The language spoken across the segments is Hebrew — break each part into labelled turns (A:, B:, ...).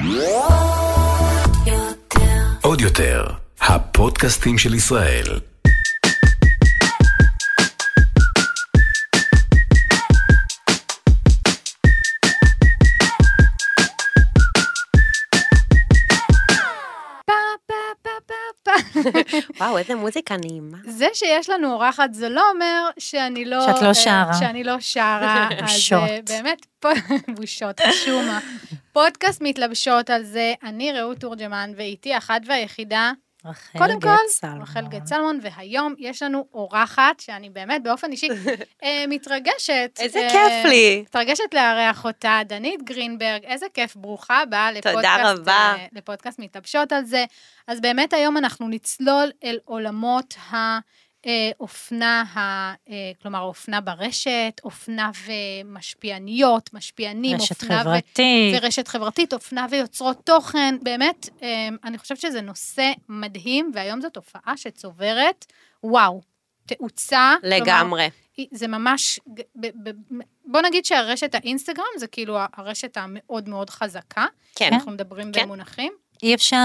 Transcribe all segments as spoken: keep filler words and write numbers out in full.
A: עוד יותר, הפודקאסטים של ישראל.
B: וואו, איזה מוזיקה נעימה.
C: זה שיש לנו אורחת, זה לא אומר שאני לא...
D: שאת לא שרה.
C: שאני לא שרה.
D: בושות.
C: אז באמת, בושות, חשוב מה. פודקאסט מתלבשות על זה, אני רעות תורג'מן, ואיתי אחת והיחידה,
D: רחל
C: קודם כל,
D: גט סלמון.
C: רחל גט סלמון, והיום יש לנו אורחת, שאני באמת באופן אישי מתרגשת.
B: איזה כיף לי.
C: מתרגשת לארח אותה, דנית גרינברג, איזה כיף, ברוכה הבאה לפודקאסט מתלבשות על זה. אז באמת היום אנחנו נצלול אל עולמות האופנה, כלומר אופנה ברשת, אופנה ומשפיעניות, משפיענים,
D: רשת
C: אופנה
D: חברתית.
C: ורשת חברתית, אופנה ויוצרות תוכן, באמת, אני חושבת שזה נושא מדהים, והיום זו תופעה שצוברת, וואו, תאוצה.
B: לגמרי.
C: כלומר, זה ממש, בוא נגיד שהרשת האינסטגרם, זה כאילו הרשת המאוד מאוד חזקה,
B: כן.
C: אנחנו מדברים
B: כן.
C: במונחים.
D: אי אפשר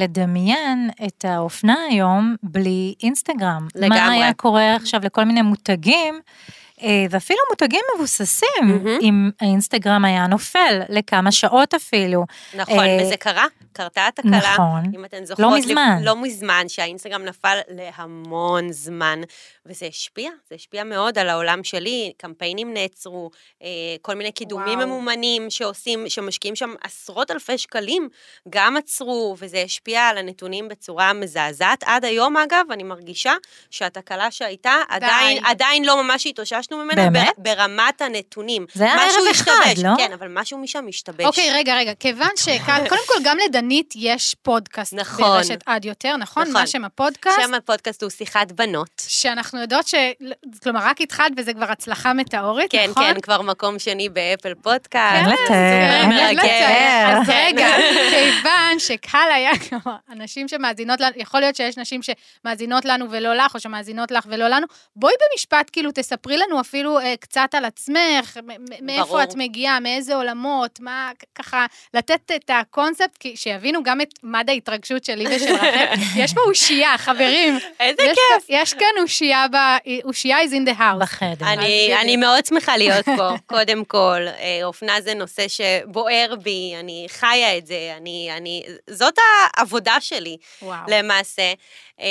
D: לדמיין את האופנה היום בלי אינסטגרם.
B: לגמרי.
D: מה היה קורה עכשיו לכל מיני מותגים, ואפילו מותגים מבוססים, אם האינסטגרם היה נופל, לכמה שעות אפילו.
B: נכון, וזה קרה, קרתה התקלה.
D: נכון,
B: אם אתן זוכרות,
D: לא מזמן.
B: לא מזמן, שהאינסטגרם נפל להמון זמן, וזה השפיע, זה השפיע מאוד על העולם שלי, קמפיינים נעצרו, כל מיני קידומים
C: וואו.
B: ממומנים שעושים, שמשקיעים שם עשרות אלפי שקלים, גם עצרו, וזה השפיע על הנתונים בצורה מזעזעת. עד היום, אגב, אני מרגישה שהתקלה שהייתה, עדיין, עדיין לא ממש התאוששנו ממנה,
D: באמת?
B: ברמת הנתונים.
D: זה היה ערב אחד, לא?
B: כן, אבל משהו משם משתבש.
C: אוקיי, רגע, רגע, כיוון שקודם כל גם לדנית יש פודקאסט
B: נכון.
C: ברשת עד יותר, נכון?
B: נכון.
C: מה שם הפודקאסט?
B: שם הפודקאסט הוא שיחת בנות.
C: שאנחנו יודעות ש... כלומר, רק התחלת וזה כבר הצלחה מטאורית,
B: כן,
C: נכון?
B: כן, כבר מקום שני באפל פודקאסט.
D: אין לתאר, אין
B: מרגש.
D: לתאר.
C: אז רגע, כיוון שקל היה, כלומר, אנשים שמאזינות לנו, יכול להיות שיש נשים שמאזינות לנו ולא לך, או שמאזינות לך ולא לנו, בואי במשפט, כאילו, תספרי לנו אפילו אה, קצת על עצמך, מ- מאיפה
B: ברור.
C: את מגיעה, מאיזה עולמות, מה, ככה, לתת את הקונספט, כי שיבינו גם את מד ההתרגשות שלי ושל רחל. יש פה אושייה, חברים.
B: איזה
C: יש
B: כיף.
C: כאן- יש כאן אושייה, ב- אושייה is in the house.
D: בחדר.
B: אני,
C: אז
B: אני מאוד שמחה להיות פה, קודם כל. אה, אופנה זה נושא שבוער בי, אני חיה את זה, אני, אני, זאת העבודה שלי,
C: וואו.
B: למעשה. אה,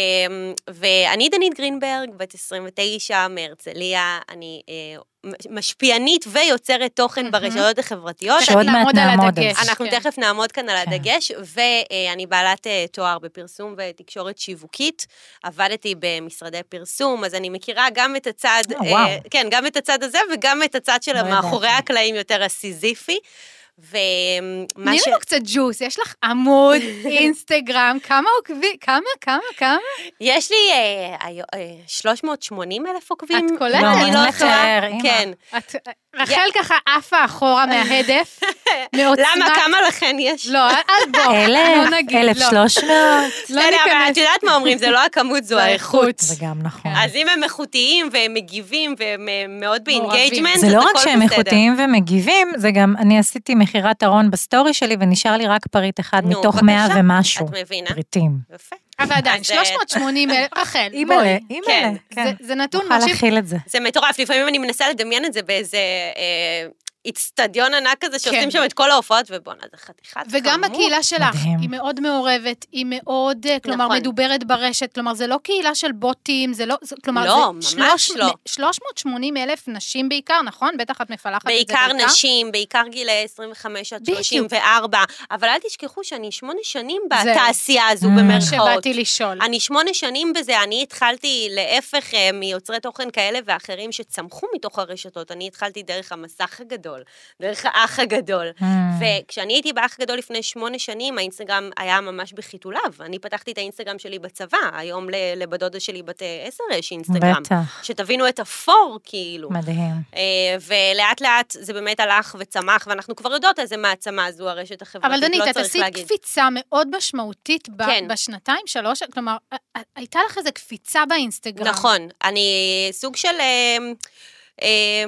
B: ואני דנית גרינברג, בת עשרים ותשע, מהרצליה, אני אה, משפיענית ויוצרת תוכן ברשתות החברתיות.
D: שעוד
B: אני-
D: מעט
C: נעמוד על
D: נעמוד על
C: הדגש.
D: זה.
B: אנחנו
C: כן.
B: תכף נעמוד כאן על הדגש, ואני בעלת תואר בפרסום ותקשורת שיווקית, עבדתי במשרדי פרסום, אז אני מכירה גם את הצד,
D: אה, וואו.
B: כן, גם את הצד הזה, וגם את הצד של
D: לא
B: המאחורי
D: ידעתי.
B: הקלעים יותר הסיזיפי, ומה
C: תני
B: ש...
C: לנו קצת ג'וס, יש לך עמוד, אינסטגרם, כמה עוקבים, כמה, כמה, כמה?
B: יש לי אה, היו- אה, שלוש מאות ושמונים אלף עוקבים.
C: את קולטת?
D: לא,
B: אני
D: אין
B: לא
D: לתאר,
B: טועה.
D: אמא.
B: כן.
C: את, רחל ככה עפה אחורה מההדף, מעוצמה.
B: למה, כמה לכן יש?
C: לא, אל בוא, לא
D: אלף,
C: נגיד,
D: אלף
C: לא.
D: שלוש מאות.
C: לא
B: בסדר, אבל
C: ניכנס.
B: את יודעת מה אומרים, זה לא הכמות, זו האיכות.
D: זה גם נכון.
B: אז אם הם איכותיים והם מגיבים והם אה, מאוד באינגייג'מנט,
D: זה
B: אז
D: לא
B: הכל
D: רק שהם
B: בסדר.
D: איכותיים ומגיבים, זה גם, אני עשיתי מחירת ארון בסטורי שלי, ונשאר לי רק פריט אחד
B: נו,
D: מתוך
B: בבקשה.
D: מאה ומשהו.
B: את מבינה?
D: פריטים.
B: יפה.
C: אבל עדיין,
B: אז, אה,
C: שלוש מאות ושמונים אלף, רחל,
D: אימא'לה,
C: בואי.
D: אימא'לה.
B: כן,
C: זה- זה נתון
D: נוכל
C: מרשים.
D: להכיל את זה.
B: זה מטורף, לפעמים אני מנסה לדמיין את זה באיזה אה, איצטדיון ענק כזה, שעושים
C: כן.
B: שם את כל ההופעות, ובואנה, זה חתיכת כמות.
C: וגם הקהילה שלך,
D: מדהים.
C: היא מאוד מעורבת, היא מאוד, אה, כלומר,
B: נכון.
C: מדוברת ברשת, כלומר, זה לא קהילה של בוטים, זה לא, זה- כלומר,
B: לא,
C: זה
B: ממש לא.
C: שלוש מאות ושמונים אלף נשים בעיקר, נכון? בטח את מפלחת את זה
B: בעיקר נשים, בעיקר גילי עשרים וחמש עד
C: בדיוק.
B: שלושים וארבע, אבל אל תשכחו שאני שמונה שנים
C: זהו.
B: בתעשייה הזו,
D: Mm.
B: במרכאות.
C: שבאתי לשאול.
B: אני שמונה שנים בזה, אני התחלתי להפך אה, מיוצרי תוכן כאלה ואחרים שצמחו מתוך הרשתות, אני התחלתי דרך המסך הגדול, דרך האח הגדול,
D: Mm.
B: וכשאני הייתי באח הגדול לפני שמונה שנים, האינסטגרם היה ממש בחיתוליו, אני פתחתי את האינסטגרם שלי בצבא, היום ל- לבדודה שלי בת עשר יש אינסטגרם,
D: בטח.
B: שתבינו את הפור כאילו,
D: מדהים.
B: אה, ולאט לאט זה באמת הלך וצמח, ואנחנו כבר יודעות איזה מעצמה זו הרשת החברתית,
C: אבל דנית,
B: לא
C: את
B: צריך
C: עשית
B: להגיד.
C: קפיצה מאוד משמעותית ב-
B: כן.
C: בשנתיים, שלוש, כלומר, ה- ה- הייתה לך איזו קפיצה באינסטגרם.
B: נכון, אני סוג של... אה, אה,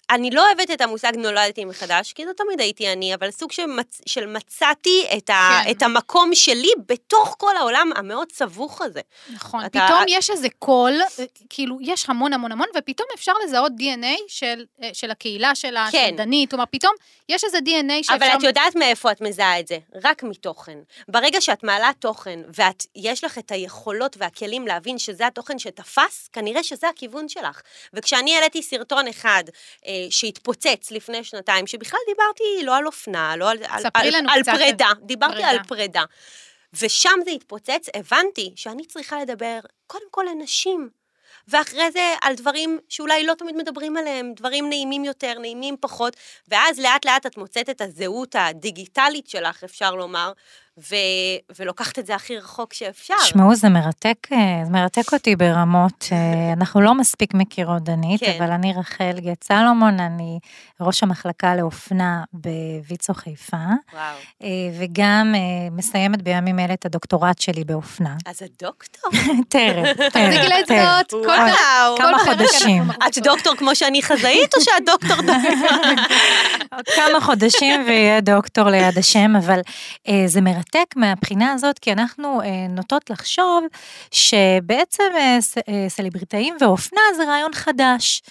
B: אני לא אוהבת את המושג נולדתי מחדש, כי זו תמיד הייתי אני, אבל סוג של, מצ, של מצאתי את, ה, כן. את המקום שלי בתוך כל העולם המאוד סבוך הזה.
C: נכון, אתה... פתאום יש איזה קול, כאילו יש המון המון המון, ופתאום אפשר לזהות די אן איי של, של הקהילה שלה, כן. של דנית, כלומר פתאום יש איזה די אן איי שאפשר...
B: אבל את יודעת מאיפה את מזהה את זה, רק מתוכן. ברגע שאת מעלה תוכן, ויש לך את היכולות והכלים להבין שזה התוכן שתפס, כנראה שזה הכיוון שלך. וכשאני העליתי סרטון אחד, שהתפוצץ לפני שנתיים, שבכלל דיברתי לא על אופנה, לא על, על, על, על פרידה, דיברתי פרידה. על פרידה. ושם זה התפוצץ, הבנתי שאני צריכה לדבר קודם כל לנשים, ואחרי זה על דברים שאולי לא תמיד מדברים עליהם, דברים נעימים יותר, נעימים פחות, ואז לאט לאט את מוצאת את הזהות הדיגיטלית שלך, אפשר לומר, ו... ולוקחת את זה הכי רחוק שאפשר.
D: שמעו, זה מרתק, זה מרתק אותי ברמות, אנחנו לא מספיק מכירות דנית, כן. אבל אני רחל גט סלומון, אני ראש המחלקה לאופנה בויצו חיפה,
B: וואו.
D: וגם מסיימת בימים אלה את הדוקטורט שלי באופנה.
B: אז את דוקטור?
D: תראה,
C: תחזיקי לעצות,
B: וואו.
D: כמה חודשים.
B: את דוקטור כמו שאני חזאית, או שאת דוקטור דוקטור?
D: כמה חודשים ויהיה דוקטור ליד השם, אבל זה מרתק. מהבחינה הזאת, כי אנחנו אה, נוטות לחשוב שבעצם אה, אה, סלבריטאים ואופנה זה רעיון חדש,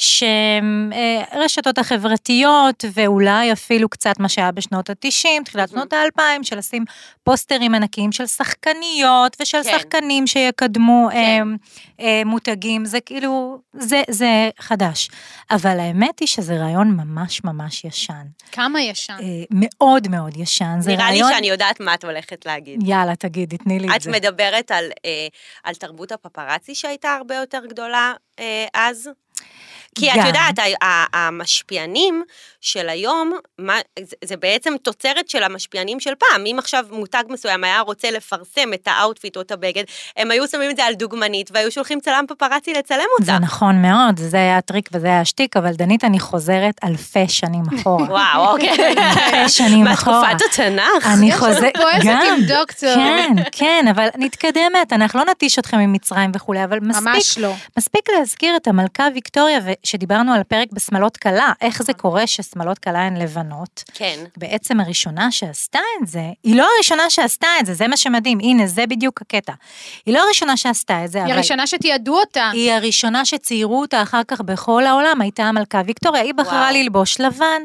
D: שרשתות החברתיות ואולי אפילו קצת מה שהיה בשנות ה-תשעים, תחילת שנות ה-אלפיים, של לשים פוסטרים ענקיים של שחקניות ושל כן. שחקנים שיקדמו כן. אה, אה, מותגים, זה כאילו, זה, זה חדש. אבל האמת היא שזה רעיון ממש ממש ישן.
C: כמה ישן?
D: אה, מאוד מאוד ישן. זה
B: נראה
D: רעיון...
B: לי שאני יודעת מה את הולכת להגיד.
D: יאללה, תגידי, תני לי את זה.
B: את מדברת על, אה, על תרבות הפפרצי שהייתה הרבה יותר גדולה אה, אז? כי את יודעת, המשפיענים של היום, זה בעצם תוצרת של המשפיענים של פעם. אם עכשיו מותג מסוים היה רוצה לפרסם את האוטפיט או את הבגד, הם היו שמים את זה על דוגמנית, והיו שולחים צלם פפרצי לצלם אותה.
D: זה נכון מאוד, זה היה הטריק וזה היה השתיק, אבל דנית, אני חוזרת אלפי שנים אחורה.
B: וואו, אוקיי.
D: אלפי שנים אחורה.
B: מהתקופת התנ"ך.
D: אני חוזרת,
C: גם. עם דוקטור.
D: כן, כן, אבל נתקדמת, אנחנו לא נטיש אתכם ממצרים וכולי, אבל מספיק,
C: לא.
D: מספיק להזכיר את המלכה ויקטוריה, שדיברנו על הפרק בשמלות קלה, איך זה קורה ששמלות קלה הן לבנות.
B: כן.
D: בעצם הראשונה שעשתה את זה, היא לא הראשונה שעשתה את זה, זה מה שמדהים, הנה, זה בדיוק הקטע. היא לא הראשונה שעשתה את זה,
C: היא
D: אבל...
C: הראשונה שתיעדו אותה.
D: היא הראשונה שציירו אותה אחר כך בכל העולם, הייתה המלכה ויקטוריה, היא בחרה ללבוש לבן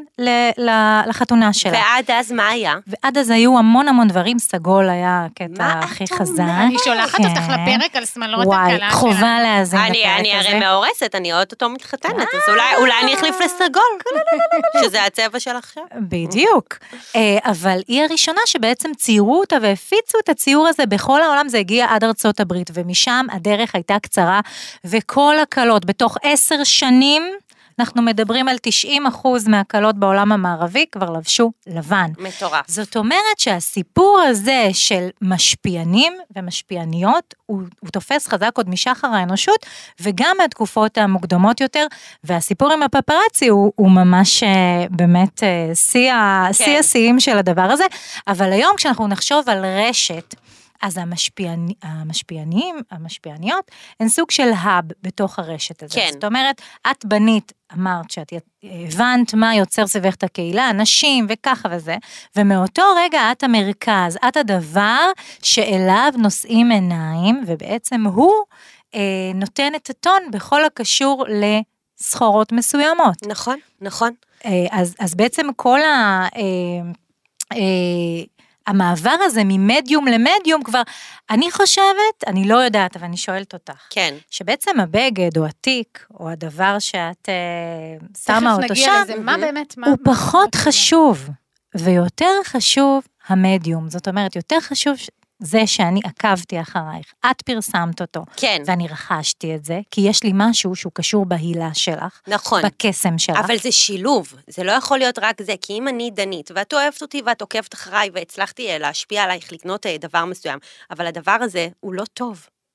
D: לחתונה שלה.
B: ועד אז מה היה?
D: ועד אז היו המון המון דברים, סגול היה הקטע הכי חזק.
C: אני שולחת אותך לפרק על שמלות הקלה.
D: וואי, חובה להאזין לפרק הזה.
B: אני הרי מאורסת, אני עוד אותו מתחתנת, אז אולי אני אחליף לסגול, שזה הצבע של עכשיו.
D: בדיוק. אבל היא הראשונה שבעצם ציירו אותה והפיצו את הציור הזה בכל העולם, זה הגיע עד ארצות הברית, ומשם הדרך הייתה קצרה, וכל הקלות בתוך עשר שנים, אנחנו מדברים על תשעים אחוז מהקלות בעולם המערבי, כבר לבשו לבן.
B: מטורף.
D: זאת אומרת שהסיפור הזה של משפיענים ומשפיעניות, הוא, הוא תופס חזק עוד משחר האנושות, וגם מהתקופות המוקדמות יותר, והסיפור עם הפפרצי הוא, הוא ממש באמת שיא כן. השיאים של הדבר הזה, אבל היום כשאנחנו נחשוב על רשת, אז המשפיענ... המשפיענים, המשפיעניות, הן סוג של האב בתוך הרשת הזאת.
B: כן.
D: זאת אומרת, את בנית, אמרת שאת הבנת מה יוצר סביבך את הקהילה, נשים וככה וזה, ומאותו רגע את המרכז, את הדבר שאליו נושאים עיניים, ובעצם הוא אה, נותן את הטון בכל הקשור לסחורות מסוימות.
B: נכון, נכון.
D: אה, אז, אז בעצם כל ה... אה, אה, המעבר הזה ממדיום למדיום כבר, אני חושבת, אני לא יודעת, אבל אני שואלת אותך.
B: כן.
D: שבעצם הבגד או התיק, או הדבר שאת uh, שמה אותו שם,
C: לזה, מה באמת, מה,
D: הוא
C: מה,
D: פחות
C: מה
D: חשוב, ויותר חשוב המדיום. זאת אומרת, יותר חשוב זה שאני עקבתי אחרייך, את פרסמת אותו,
B: כן.
D: ואני רכשתי את זה, כי יש לי משהו שהוא קשור בהילה שלך,
B: נכון.
D: בקסם שלך.
B: אבל זה שילוב, זה לא יכול להיות רק זה, כי אם אני דנית, ואת אוהבת אותי ואת עוקבת אחריי, והצלחתי להשפיע עלייך לקנות דבר מסוים, אבל הדבר הזה הוא לא טוב.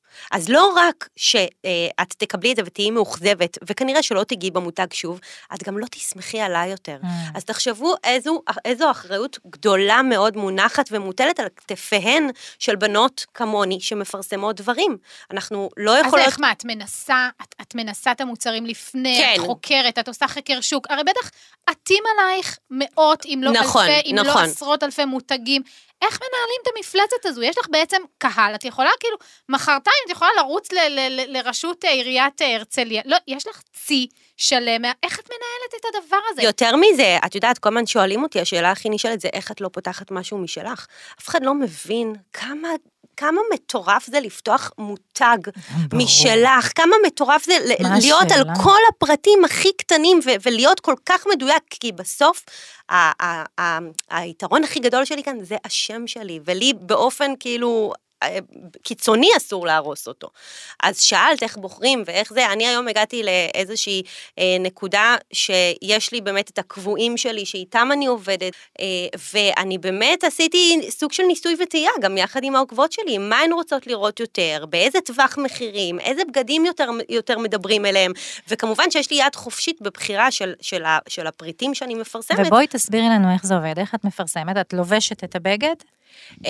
B: אז לא רק שאת תקבלי את זה ותהיי מאוכזבת, וכנראה שלא תגיעי במותג שוב, את גם לא תשמחי עליי יותר. Mm. אז תחשבו איזו, איזו אחריות גדולה מאוד מונחת ומוטלת על כתפיהן של בנות כמוני שמפרסמות דברים. אנחנו לא יכולות...
C: אז איך מה, את מנסה, את, את מנסה את המוצרים לפני, כן. את חוקרת, את עושה חקר שוק, הרי בטח עתים עלייך מאות, אם לא
B: נכון,
C: אלפי, אם
B: נכון.
C: לא עשרות אלפי מותגים, איך מנהלים את המפלצת הזו? יש לך בעצם קהל, את יכולה כאילו, מחרתיים את יכולה לרוץ ל- ל- ל- לרשות עיריית הרצליה, לא, יש לך צי שלם, איך את מנהלת את הדבר הזה?
B: יותר מזה, את יודעת, כל הזמן שואלים אותי, השאלה הכי נשאלת זה, איך את לא פותחת משהו משלך? אף אחד לא מבין כמה... כמה מטורף זה לפתוח מותג ברור. משלך, כמה מטורף זה להיות השאלה? על כל הפרטים הכי קטנים ו- ולהיות כל כך מדויק, כי בסוף ה- ה- ה- היתרון הכי גדול שלי כאן זה השם שלי, ולי באופן כאילו קיצוני אסור להרוס אותו. אז שאלת איך בוחרים ואיך זה, אני היום הגעתי לאיזושהי אה, נקודה שיש לי באמת את הקבועים שלי, שאיתם אני עובדת, אה, ואני באמת עשיתי סוג של ניסוי וטעייה, גם יחד עם העוקבות שלי, מה הן רוצות לראות יותר, באיזה טווח מחירים, איזה בגדים יותר, יותר מדברים אליהם, וכמובן שיש לי יד חופשית בבחירה של, של, ה, של הפריטים שאני מפרסמת.
D: ובואי תסבירי לנו איך זה עובד, איך את מפרסמת, את לובשת את הבגד?
B: אה,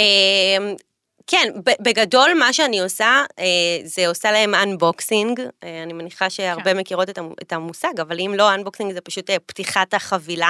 B: כן, בגדול מה שאני עושה, זה עושה להם אנבוקסינג, אני מניחה שהרבה מכירות את המושג, אבל אם לא אנבוקסינג זה פשוט פתיחת החבילה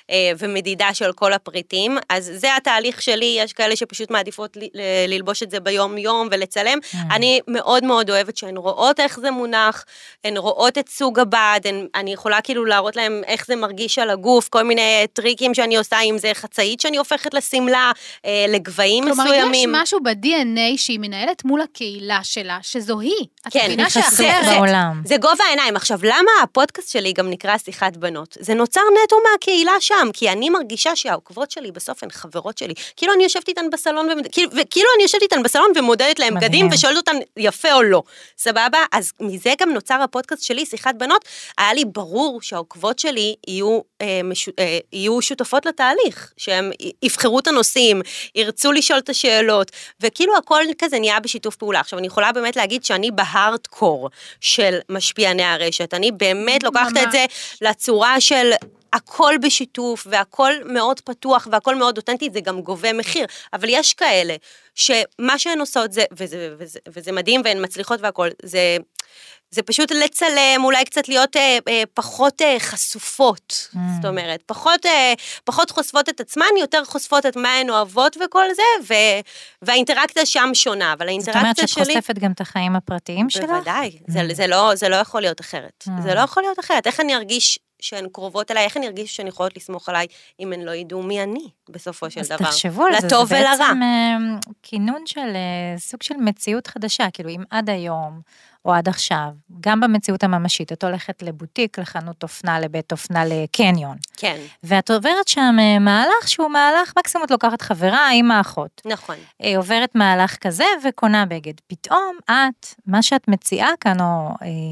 B: ומדידה של כל הפריטים, אז זה התהליך שלי, יש כאלה שפשוט מעדיפות ללבוש את זה ביום יום ולצלם, אני מאוד מאוד אוהבת שהן רואות איך זה מונח, הן רואות את סוג הבד, אני יכולה כאילו להראות להם איך זה מרגיש על הגוף, כל מיני טריקים שאני עושה, אם זה חצאית שאני הופכת לסמלה, לגבעים מסוימים.
C: כלומר, יש משהו ב-די אן איי שהיא מנהלת מול הקהילה שלה, שזו היא.
B: כן, זה,
D: בעולם.
B: זה גובה העיניים. עכשיו, למה הפודקאסט שלי גם נקרא שיחת בנות? זה נוצר נטו מהקהילה שם, כי אני מרגישה שהעוקבות שלי בסוף הן חברות שלי. כאילו אני יושבת איתן בסלון, ומד... כאילו, וכאילו אני יושבת איתן בסלון ומודדת להם בגדים, ושואלת אותן יפה או לא. סבבה? אז מזה גם נוצר הפודקאסט שלי, שיחת בנות. היה לי ברור שהעוקבות שלי יהיו, אה, מש... אה, יהיו שותפות לתהליך, שהם יבחרו את הנושאים, ירצו לשאול את השאלות, וכאילו הכל כזה נהיה בשיתוף פעולה. עכשיו, אני יכולה באמת להגיד שאני בהארדקור של משפיעני הרשת. אני באמת לוקחת את זה לצורה של הכל בשיתוף, והכל מאוד פתוח, והכל מאוד אותנטי, זה גם גובה מחיר. אבל יש כאלה שמה שהן עושות זה, וזה, וזה, וזה מדהים, והן מצליחות והכל, זה... זה פשוט לצלם, אולי קצת להיות אה, אה, פחות אה, חשופות, mm. זאת אומרת, פחות, אה, פחות חושפות את עצמן, יותר חושפות את מה הן אוהבות וכל זה, ו, והאינטראקציה שם שונה, אבל האינטראקציה שלי... זאת אומרת שאת
D: חושפת גם את החיים הפרטיים שלך?
B: בוודאי, mm. זה, זה, לא, זה לא יכול להיות אחרת, mm. זה לא יכול להיות אחרת, איך אני ארגיש שהן קרובות אליי, איך אני ארגיש שהן יכולות לסמוך עליי, אם הן לא ידעו מי אני, בסופו של דבר.
D: אז תחשבו על זה, זה בעצם כינון של סוג של מציאות חדשה, כאילו אם עד היום, או עד עכשיו, גם במציאות הממשית, את הולכת לבוטיק, לחנות אופנה, לבית אופנה, לקניון.
B: כן.
D: ואת עוברת שם מהלך שהוא מהלך, מקסימום את לוקחת חברה עם האחות.
B: נכון.
D: עוברת מהלך כזה וקונה בגד. פתאום את, מה שאת מציעה כאן, או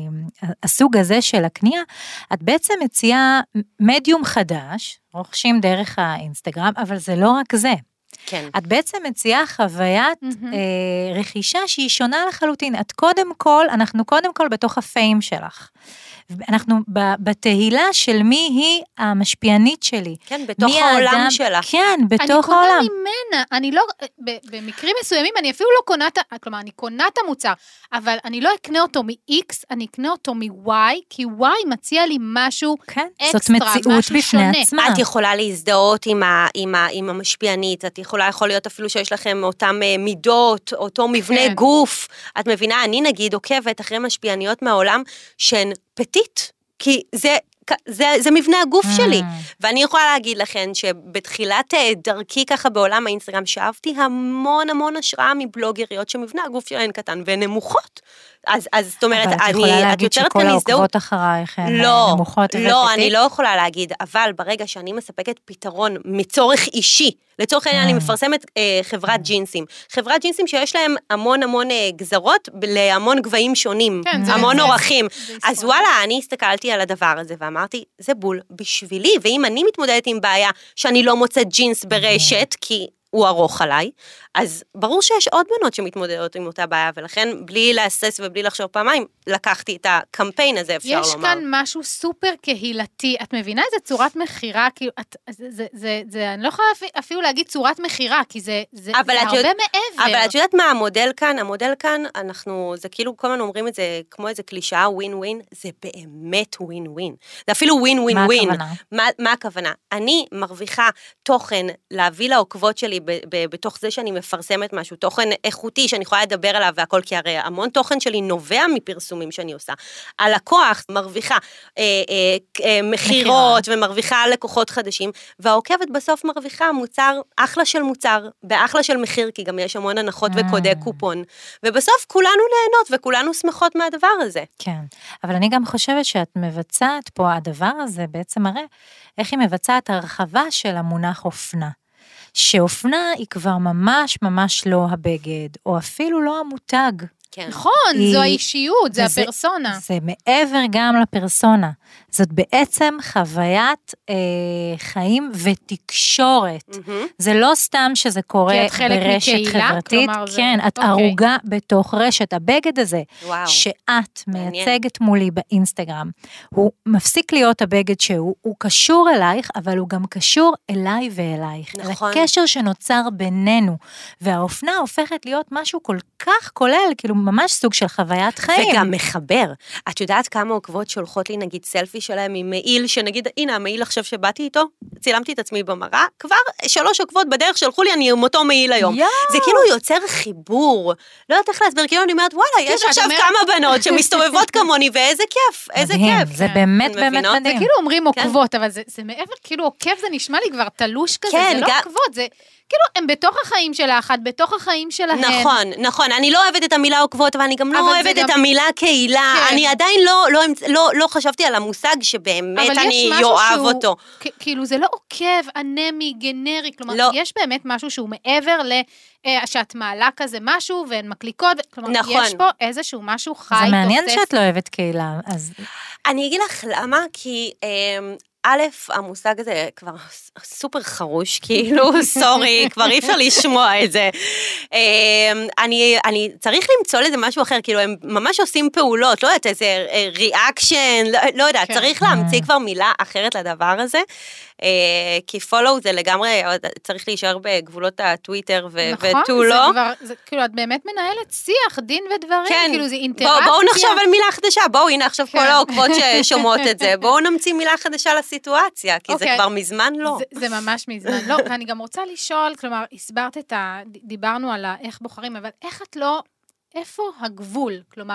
D: הסוג הזה של הקנייה, את בעצם מציעה מדיום חדש, רוכשים דרך האינסטגרם, אבל זה לא רק זה.
B: כן.
D: את בעצם מציעה חוויית mm-hmm. אה, רכישה שהיא שונה לחלוטין. את קודם כל, אנחנו קודם כל בתוך הפיים שלך. אנחנו בתהילה של מי היא המשפיענית שלי.
B: כן, בתוך העולם האדם, שלך.
D: כן, בתוך העולם.
C: אני קונה ממנה, אני לא, במקרים מסוימים, אני אפילו לא קונה, כלומר, אני קונה את המוצר, אבל אני לא אקנה אותו מ-X, אני אקנה אותו מ-Y, כי Y מציע לי משהו
D: כן,
C: אקסטרה,
D: זאת מציאות בפני עצמה.
B: את יכולה להזדהות עם, ה, עם, ה, עם המשפיענית, את יכולה, יכול להיות אפילו שיש לכם אותם מידות, אותו מבנה כן. גוף, את מבינה, אני נגיד עוקבת אחרי משפיעניות מהעולם, שהן פטית, כי זה, זה, זה מבנה הגוף mm. שלי, ואני יכולה להגיד לכם שבתחילת דרכי ככה בעולם האינסטגרם, שאהבתי המון המון השראה מבלוגריות שמבנה הגוף שלהן קטן ונמוכות, אז, אז זאת אומרת,
D: אבל את
B: אני,
D: יכולה להגיד שכל העוקבות אחרייך הן
B: לא,
D: נמוכות ופטית?
B: לא, אני לא יכולה להגיד, אבל ברגע שאני מספקת פתרון מצורך אישי, לצורך העניין אני מפרסמת אה, חברת ג'ינסים, חברת ג'ינסים שיש להם המון המון אה, גזרות, להמון גבהים שונים,
C: כן,
B: המון
C: זה,
B: אורחים,
C: זה, זה
B: אז וואלה, אני הסתכלתי על הדבר הזה, ואמרתי, זה בול בשבילי, ואם אני מתמודדת עם בעיה, שאני לא מוצאת ג'ינס ברשת, כי הוא ארוך עליי, אז ברור שיש עוד בנות שמתמודדות עם אותה בעיה, ולכן בלי להסס ובלי לחשוב פעמיים, לקחתי את הקמפיין הזה, אפשר
C: יש
B: לומר.
C: כאן משהו סופר קהילתי, את מבינה איזה צורת מחירה, כאילו, את, זה, זה, זה, זה, אני לא יכולה אפילו להגיד צורת מחירה, כי זה, זה, זה הרבה יודע, מעבר.
B: אבל את יודעת מה המודל כאן? המודל כאן, אנחנו, זה כאילו, כל הזמן אומרים את זה, כמו איזה קלישאה, ווין ווין, זה באמת ווין ווין. זה אפילו ווין ווין ווין. מה הכוונה? מה, מה הכוונה? אני מרוויחה תוכן להביא לעוקבות שלי ב, ב, בתוך זה שאני מפרסמת משהו, תוכן איכותי שאני יכולה לדבר עליו והכל, כי הרי המון תוכן שלי נובע מפרסומים שאני עושה. הלקוח מרוויחה אה, אה, אה, מחירות ומרוויחה לקוחות חדשים, והעוקבת בסוף מרוויחה מוצר, אחלה של מוצר, באחלה של מחיר, כי גם יש המון הנחות וקודי קופון, ובסוף כולנו נהנות וכולנו שמחות מהדבר הזה.
D: כן, אבל אני גם חושבת שאת מבצעת פה, הדבר הזה בעצם מראה, איך היא מבצעת הרחבה של המונח אופנה. שאופנה היא כבר ממש ממש לא הבגד, או אפילו לא המותג.
B: כן.
C: נכון, היא, זו האישיות, זה וזה, הפרסונה.
D: זה מעבר גם לפרסונה. זאת בעצם חוויית אה, חיים ותקשורת. Mm-hmm. זה לא סתם שזה קורה ברשת מקהילה, חברתית. כן, זה... את אוקיי. ארוגה בתוך רשת. הבגד הזה, וואו. שאת מייצגת מולי באינסטגרם, הוא מפסיק להיות הבגד שהוא, הוא קשור אלייך, אבל הוא גם קשור אליי ואלייך. נכון. הקשר שנוצר בינינו, והאופנה הופכת להיות משהו כל כך כולל, כאילו ממש סוג של חוויית חיים.
B: וגם מחבר. את יודעת כמה עוקבות שולחות לי, נגיד, סלפי שלהם עם מעיל, שנגיד, הנה, המעיל עכשיו שבאתי איתו, צילמתי את עצמי במראה, כבר שלוש עוקבות בדרך שלחו לי, אני עם אותו מעיל היום. יאו. זה כאילו יוצר חיבור. לא יודעת איך להסבר, כאילו אני אומרת, וואלה, יש עכשיו כמה בנות שמסתובבות כמוני, ואיזה כיף, איזה כיף.
D: זה באמת באמת מדהים.
C: זה כאילו אומרים עוקבות, אבל זה מעבר, כאילו עוקב זה נשמע לי כבר תלוש כזה, זה לא עוקבות, זה... כאילו, הם בתוך החיים של האחת, בתוך החיים שלהם.
B: נכון, נכון, אני לא אוהבת את המילה עוקבות, אבל אני גם לא אוהבת את המילה קהילה, אני עדיין לא חשבתי על המושג שבאמת אני יואב אותו.
C: כאילו, זה לא עוקב, אנמי, גנרי, כלומר, יש באמת משהו שהוא מעבר ל... שאת מעלה כזה משהו, והן מקליקות, כלומר, יש פה איזשהו משהו חי,
D: זה מעניין שאת לא אוהבת קהילה, אז...
B: אני אגיד לך למה, כי... א', המושג הזה כבר סופר חרוש, כאילו, סורי, כבר אי אפשר לשמוע את זה. אני, אני צריך למצוא לזה משהו אחר, כאילו, הם ממש עושים פעולות, לא יודעת, איזה ריאקשן, לא, לא יודעת, כן. צריך להמציא כבר מילה אחרת לדבר הזה, כי פולו זה לגמרי, צריך להישאר בגבולות הטוויטר ותו לא.
C: נכון, זה כבר, זה, כאילו, את באמת מנהלת שיח, דין ודברים, כן. כאילו, זה אינטראקציה.
B: בואו בוא נחשוב על מילה חדשה, בואו, הנה עכשיו כן. כל העוקבות ששומעות את זה, בואו נמציא מילה חדשה לסיטואציה, כי okay. זה כבר מזמן לא.
C: זה, זה ממש מזמן לא, ואני גם רוצה לשאול, כלומר, הסברת את ה... דיברנו על איך בוחרים, אבל איך את לא... איפה הגבול? כלומר,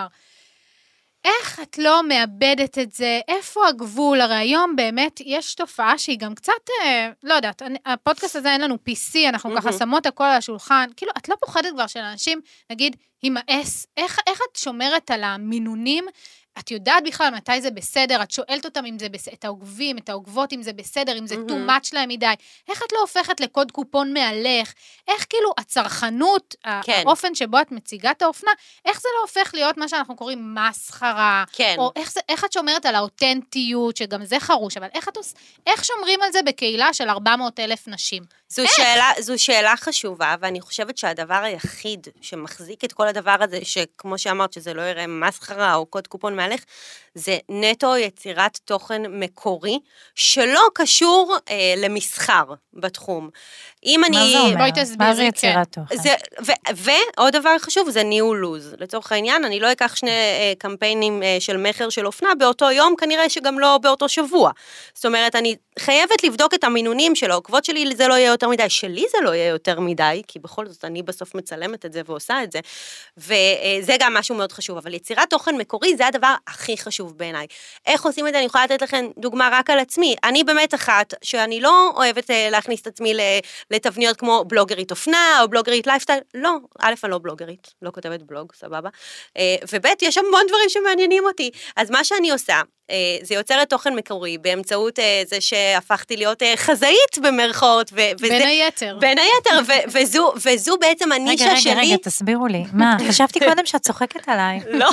C: איך את לא מאבדת את זה? איפה הגבול? הרי היום באמת יש תופעה שהיא גם קצת, לא יודעת, הפודקאסט הזה אין לנו פי סי, אנחנו ככה שמות הכל על השולחן, כאילו, את לא פוחדת כבר של אנשים, נגיד, הימאס, איך, איך את שומרת על המינונים? את יודעת בכלל מתי זה בסדר, את שואלת אותם אם זה בסדר, את העוקבים, את העוקבות אם זה בסדר, אם זה too much להם מדי, איך את לא הופכת לקוד קופון מעלך, איך כאילו הצרכנות, כן. האופן שבו את מציגה את האופנה, איך זה לא הופך להיות מה שאנחנו קוראים מסחרה,
B: כן.
C: או איך, זה, איך את שומרת על האותנטיות, שגם זה חרוש, אבל איך, את, איך שומרים על זה בקהילה של ארבע מאות אלף נשים?
B: זו שאלה, זו שאלה חשובה, ואני חושבת שהדבר היחיד שמחזיק את כל הדבר הזה, שכמו שאמרת שזה לא יראה מסחרה או קוד קופון מעלך, זה נטו יצירת תוכן מקורי, שלא קשור אה, למסחר בתחום. אם
D: מה
B: אני...
D: זה אומר? בואי תסבירי. מה זה יצירת תוכן?
B: זה, ו, ועוד דבר חשוב, זה ניהול לוז. לצורך העניין, אני לא אקח שני אה, קמפיינים אה, של מחר של אופנה, באותו יום, כנראה שגם לא באותו שבוע. זאת אומרת, אני חייבת לבדוק את המינונים של העוקבות שלי, זה לא יהיה יותר מדי, שלי זה לא יהיה יותר מדי, כי בכל זאת אני בסוף מצלמת את זה ועושה את זה, וזה גם משהו מאוד חשוב, אבל יצירת תוכן מקורי זה הדבר הכי חשוב בעיניי. איך עושים את זה? אני יכולה לתת לכם דוגמה רק על עצמי. אני באמת אחת שאני לא אוהבת להכניס את עצמי לתבניות כמו בלוגרית אופנה או בלוגרית לייפסטייל, לא, א' אני לא בלוגרית, לא כותבת בלוג, סבבה, וב' יש המון דברים שמעניינים אותי, אז מה שאני עושה, זה יוצרת תוכן מקורי, באמצעות זה שהפכתי להיות חזאית במרכאות.
C: בין היתר.
B: בין היתר, וזו בעצם הנישה שלי.
D: רגע, רגע, רגע, תסבירו לי. מה, חשבתי קודם שאת צוחקת עליי.
B: לא,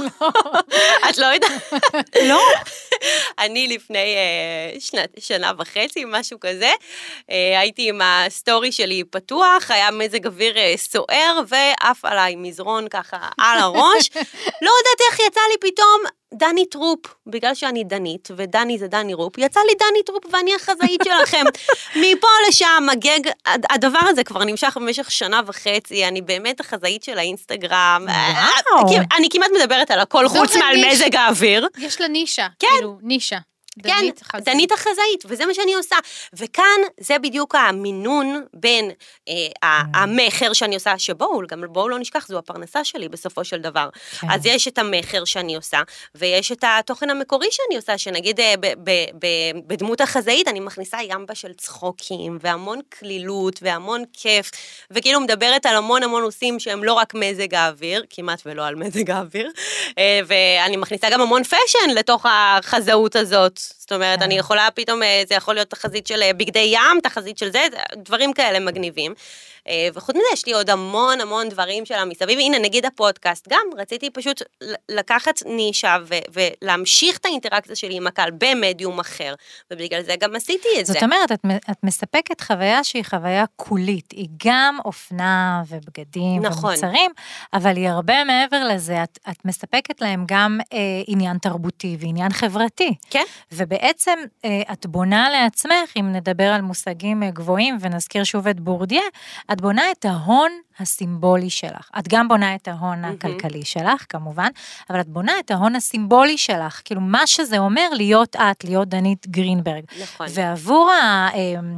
B: את לא יודעת.
D: לא.
B: אני לפני שנה וחצי, משהו כזה, הייתי עם הסטורי שלי פתוח, היה מזג אוויר סוער, ואף עליי מזרון ככה על הראש. לא יודעת איך יצא לי פתאום דני טרופ, בגלל שאני דנית, ודני זה דני רופ, יצא לי דני טרופ ואני החזאית שלכם. מפה לשם, הגג, הדבר הזה כבר נמשך במשך שנה וחצי, אני באמת החזאית של האינסטגרם. אני כמעט מדברת על הכל חוץ מעל מזג האוויר.
C: יש לה נישה,
B: כן.
C: כאילו, נישה.
B: כן, דנית החזאית, וזה מה שאני עושה. וכאן זה בדיוק המינון בין אה, המחר שאני עושה, שבואו, גם בואו לא נשכח, זו הפרנסה שלי בסופו של דבר. כן. אז יש את המחר שאני עושה, ויש את התוכן המקורי שאני עושה, שנגיד אה, ב, ב, ב, בדמות החזאית, אני מכניסה ימבה של צחוקים, והמון כלילות, והמון כיף, וכאילו מדברת על המון המון נושאים שהם לא רק מזג האוויר, כמעט ולא על מזג האוויר, אה, ואני מכניסה גם המון פשן לתוך החזאות הזאת. זאת אומרת, אני יכולה פתאום, זה יכול להיות תחזית של בגדי ים, תחזית של זה, דברים כאלה מגניבים. וחוץ מזה, יש לי עוד המון המון דברים שלה מסביב. הנה, נגיד הפודקאסט, גם רציתי פשוט לקחת נישה ולהמשיך את האינטראקציה שלי עם הקהל במדיום אחר, ובגלל זה גם עשיתי את זה.
D: זאת אומרת, את, את מספקת חוויה שהיא חוויה קולית, היא גם אופנה ובגדים נכון. ומוצרים, אבל היא הרבה מעבר לזה, את, את מספקת להם גם אה, עניין תרבותי ועניין חברתי.
B: כן.
D: ובעצם אה, את בונה לעצמך, אם נדבר על מושגים אה, גבוהים, ונזכיר שוב את בורדיה, את בונה את ההון הסימבולי שלך. את גם בונה את ההון הכלכלי שלך, כמובן, אבל את בונה את ההון הסימבולי שלך, כאילו מה שזה אומר להיות את, להיות דנית גרינברג.
B: נכון.
D: ועבור ה...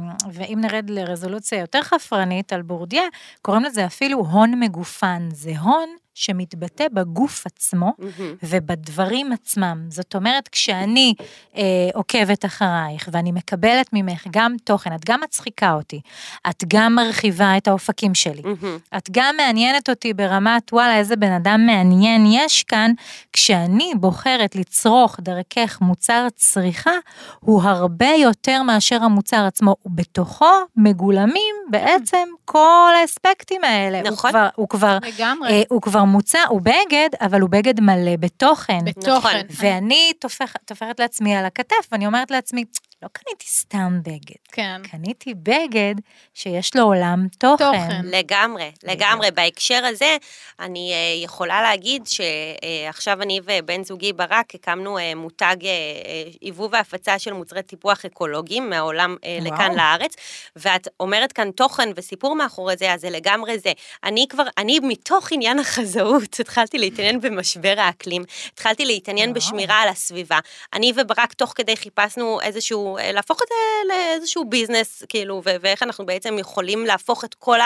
D: ואם נרד לרזולוציה יותר חפרנית על בורדיה, קוראים לזה אפילו הון מגופן. זה הון שמתבטא בגוף עצמו mm-hmm. ובדברים עצמם. זאת אומרת, כשאני אה, עוקבת אחרייך ואני מקבלת ממך גם תוכן, את גם מצחיקה אותי, את גם מרחיבה את האופקים שלי, mm-hmm. את גם מעניינת אותי ברמת, וואלה, איזה בן אדם מעניין יש כאן, כשאני בוחרת לצרוך דרכך מוצר צריכה, הוא הרבה יותר מאשר המוצר עצמו, ובתוכו מגולמים בעצם כל האספקטים האלה.
B: נכון.
D: הוא כבר, הוא כבר, אה, הוא כבר מוצא, הוא בגד, אבל הוא בגד מלא בתוכן.
C: בתוכן.
D: ואני תופכת, תופכת לעצמי על הכתף, ואני אומרת לעצמי, לא קניתי סתם בגד.
C: כן.
D: קניתי בגד שיש לו עולם תוכן. תוכן.
B: לגמרי, לגמרי. בהקשר הזה, אני יכולה להגיד שעכשיו אני ובן זוגי ברק, הקמנו מותג עיבוב והפצה של מוצרי טיפוח אקולוגיים מהעולם וואו. לכאן לארץ, ואת אומרת כאן תוכן וסיפור מאחורי זה, אז זה לגמרי זה. אני כבר, אני מתוך עניין החזאות, התחלתי להתעניין במשבר האקלים, התחלתי להתעניין וואו. בשמירה על הסביבה. אני וברק תוך כדי חיפשנו איזשהו להפוך את זה לאיזשהו ביזנס, כאילו, ואיך אנחנו בעצם יכולים להפוך את כל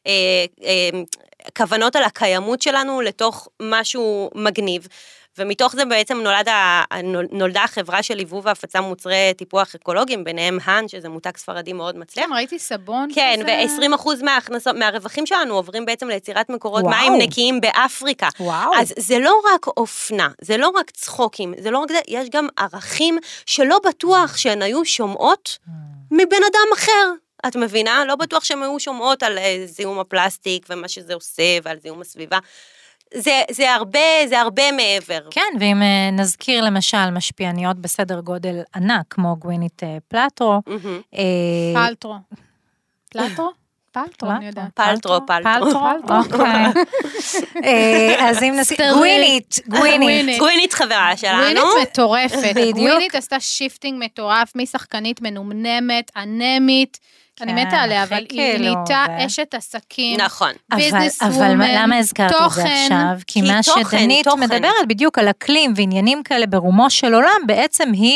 B: הכוונות על הקיימות שלנו לתוך משהו מגניב. ומתוך זה בעצם נולד, נולדה החברה של עיבוב והפצה מוצרי טיפוח אקולוגיים, ביניהם האן, שזה מותג ספרדי מאוד מצליח.
C: כן, ראיתי סבון.
B: כן, ו-עשרים אחוז מההכנסות, מהרווחים שלנו עוברים בעצם ליצירת מקורות וואו. מים נקיים באפריקה. וואו. אז זה לא רק אופנה, זה לא רק צחוקים, זה לא רק זה, יש גם ערכים שלא בטוח שהן היו שומעות מבן אדם אחר. את מבינה? לא בטוח שהן היו שומעות על זיהום הפלסטיק ומה שזה עושה ועל זיהום הסביבה. זה, זה הרבה, זה הרבה מעבר.
D: כן, ואם נזכיר למשל משפיעניות בסדר גודל ענק, כמו גווינית פלטרו.
C: פלטרו. פלטרו? פלטרו, אני יודעת.
B: פלטרו, פלטרו.
D: אוקיי. אז אם נזכיר, גווינית, גווינית.
B: גווינית חברה שלנו.
C: גווינית מטורפת. גווינית עשתה שיפטינג מטורף, משחקנית מנומנמת, אנמית, אני מתה עליה, אבל היא נהייתה אשת עסקים.
B: נכון.
C: ביזנס
D: וומן, אבל למה הזכרתי את זה עכשיו? כי מה שדנית מדברת בדיוק על אקלים ועניינים כאלה ברומו של עולם, בעצם היא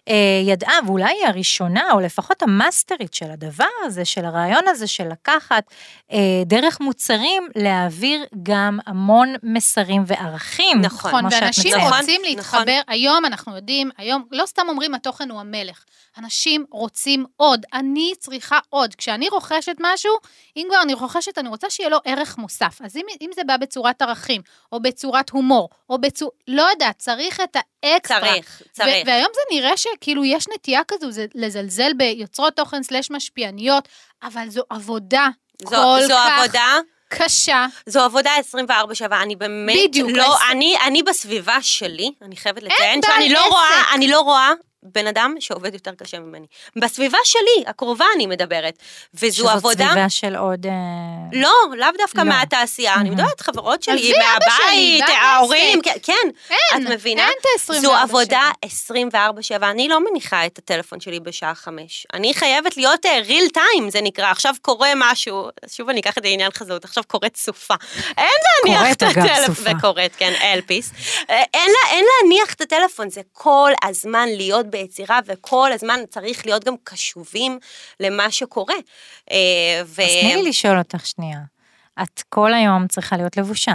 D: ידעה, ואולי היא הראשונה, או לפחות המאסטרית של הדבר הזה, של הרעיון הזה, של לקחת דרך מוצרים, להעביר גם המון מסרים וערכים.
C: נכון, ואנשים רוצים להתחבר, היום אנחנו יודעים, היום לא סתם אומרים, התוכן הוא המלך. אנשים רוצים עוד, אני צריכה עוד. כשאני רוכשת משהו, אם כבר אני רוכשת, אני רוצה שיהיה לו ערך מוסף. אז אם, אם זה בא בצורת ערכים, או בצורת הומור, או בצור... לא יודע, צריך את האקסטרה.
B: צריך, צריך.
C: ו- והיום זה נראה שכאילו יש נטייה כזו, זה לזלזל ביוצרות תוכן סלש משפיעניות, אבל זו עבודה
B: זו,
C: כל
B: זו
C: כך...
B: עבודה...
C: קשה.
B: זו עבודה עשרים וארבע שבע, אני באמת
C: בדיוק,
B: לא,
C: עשר...
B: אני, אני בסביבה שלי, אני חייבת לציין שאני לא רואה, אני לא רואה בן אדם שעובד יותר קשה ממני. בסביבה שלי, הקרובה אני מדברת, וזו עבודה...
D: שזאת סביבה של עוד...
B: לא, לאו דווקא
D: לא.
B: מהתעשייה, אני מדברת חברות שלי,
C: אבי, אבא
B: מהבית,
C: שלי,
B: ההורים, כן, כן,
C: אין,
B: את מבינה?
C: אין את ה-עשרים
B: זו
C: וארבע
B: עבודה עשרים וארבע שבע, אני לא מניחה את הטלפון שלי בשעה חמש. אני חייבת להיות real time, זה נקרא, עכשיו קורה משהו, שוב אני אקח את העניין חזות, עכשיו קורית סופה. אין להניח את הטלפון, וקורית, כן, אלפיס. אין להניח את הטלפון, זה כל הזמן להיות ביצירה, וכל הזמן צריך להיות גם קשובים למה שקורה.
D: אז תני לי לשאול אותך שנייה, את כל היום צריכה להיות לבושה.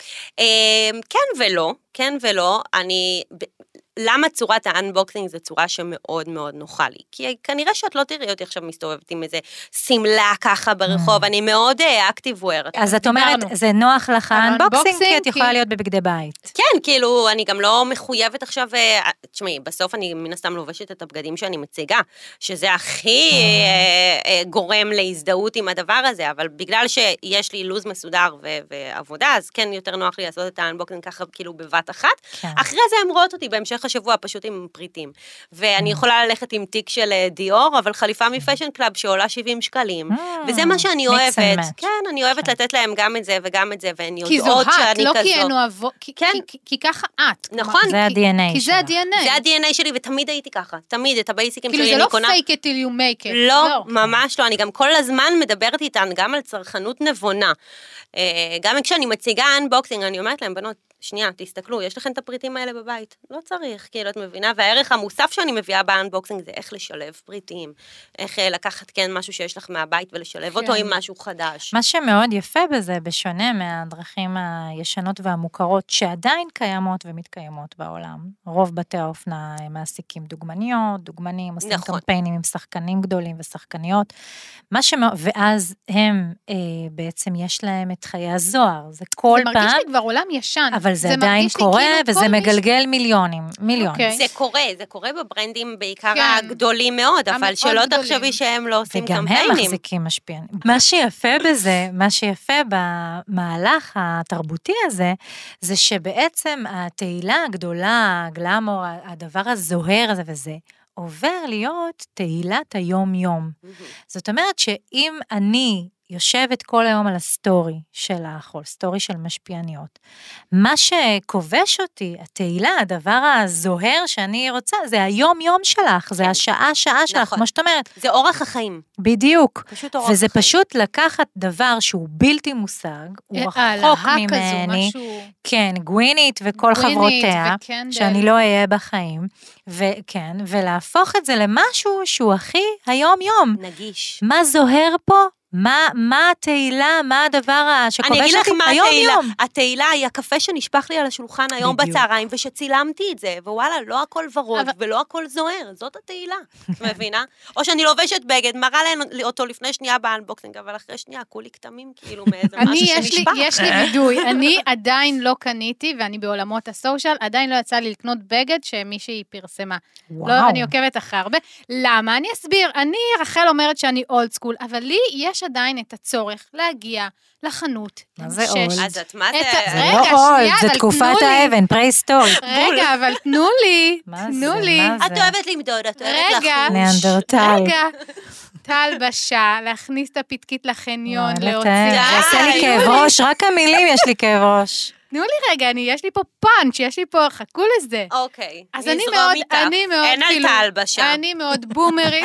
B: כן ולא, כן ולא, אני... למה צורת האנבוקסינג זו צורה שמאוד מאוד נוחה לי? כי כנראה שאת לא תראי אותי עכשיו מסתובבת עם איזה סמלה ככה ברחוב, אני מאוד אקטיב וויר.
D: אז את אומרת, זה נוח לך האנבוקסינג, כי את יכולה להיות בבגדי בית.
B: כן, כאילו, אני גם לא מחויבת עכשיו, תשמעי, בסוף אני מן הסתם לובשת את הבגדים שאני מציגה, שזה הכי גורם להזדהות עם הדבר הזה, אבל בגלל שיש לי לוז מסודר ועבודה, אז כן יותר נוח לי לעשות את האנבוקסינג ככה כאילו בבת אחת. אחרי זה הם רואות אותי בהמשך השבוע פשוט עם פריטים. ואני יכולה ללכת עם תיק של דיור, אבל חליפה מפשן קלאב שעולה שבעים שקלים. וזה מה שאני אוהבת. כן, אני אוהבת לתת להם גם את זה וגם את זה, והן יודעות שאני כזו.
C: כי זו את, לא כי הן אוהבות, כי ככה את.
B: נכון.
D: זה ה-די אן איי
C: כי זה ה-די אן איי.
B: זה ה-די אן איי שלי, ותמיד הייתי ככה. תמיד, את הבייסיקים שלי
C: אני קונה. כאילו זה לא fake it till you make it.
B: לא, ממש לא. אני גם כל הזמן מדברת איתן, גם על צרכנות נבונה. גם כשאני מציגה אנבוקסינג, אני אומרת להם, בנות, שנייה, תסתכלו, יש לכם את הפריטים האלה בבית, לא צריך, כאילו את מבינה, והערך המוסף שאני מביאה באנבוקסינג זה איך לשלב פריטים, איך לקחת כן משהו שיש לך מהבית ולשלב אותו עם משהו חדש.
D: מה שמאוד יפה בזה, בשונה מהדרכים הישנות והמוכרות, שעדיין קיימות ומתקיימות בעולם, רוב בתי האופנה מעסיקים דוגמניות, דוגמנים, עושים קמפיינים עם שחקנים גדולים ושחקניות, מה שמאוד, ואז הם בעצם יש להם את חיי הזוהר, זה כל פעם.
C: זה מרגיש לי כבר עולם ישן.
D: אבל זה עדיין קורה, וזה מגלגל מיליונים, מיליון.
B: זה קורה, זה קורה בברנדים בעיקר הגדולים מאוד, אבל שלא תחשבי שהם לא עושים קמפיינים.
D: וגם הם מחזיקים משפיענים. מה שיפה בזה, מה שיפה במהלך התרבותי הזה, זה שבעצם התהילה הגדולה, הגלאמור, הדבר הזוהר הזה וזה, עובר להיות תהילת היום-יום. זאת אומרת שאם אני יושבת כל היום על הסטורי שלך, או סטורי של משפיעניות, מה שכובש אותי, התהילה, הדבר הזוהר שאני רוצה, זה היום-יום שלך, זה השעה-שעה שלך, כמו שאת אומרת.
B: זה אורח החיים.
D: בדיוק. פשוט אורח החיים. וזה פשוט לקחת דבר שהוא בלתי מושג, הוא רחוק ממני, כן, גווינית וכל חברותיה, שאני לא אהיה בחיים, וכן, ולהפוך את זה למשהו שהוא הכי היום-יום.
B: נגיש.
D: מה זוהר פה? מה, מה התהילה, מה הדבר שכובש אותי?
B: אני אגיד לך מה התהילה. התהילה היא הקפה שנשפך לי על השולחן היום בצהריים, ושצילמתי את זה, ווואלה, לא הכל ורוד, ולא הכל זוהר, זאת התהילה, מבינה? או שאני לובשת בגד, מראה לי אותו לפני שנייה באנבוקסינג, אבל אחרי שנייה, כולי כתמים כאילו מאיזה משהו שנשפך.
C: יש לי וידוי, אני עדיין לא קניתי, ואני בעולמות הסושיאל, עדיין לא יצא לי לקנות בגד שמישהי פרסמה. לא, אני עוקבת אחרי הרבה. למה? אני אסביר. אני, רחל אומרת שאני אולד סקול, אבל לי יש עדיין את הצורך להגיע לחנות.
D: מה זה אולד?
B: אז את מה זה?
D: זה לא אולד, זה תקופת האבן, פרה-היסטורית.
C: רגע, אבל תנו לי, תנו לי.
B: את אוהבת למדוד, את אוהבת לחוש.
D: נאנדרטל.
C: רגע, טל בשעה, להכניס את הפתקית לחניון, להוציא.
D: זה עושה לי כאב ראש, רק המילים יש לי כאב ראש.
C: תנו לי רגע, אני, יש לי פה פאנץ', יש לי פה, חכו לזה.
B: אוקיי,
C: אז אני מאוד, אני מאוד,
B: אין על טל בשעה.
C: אני מאוד בומרית.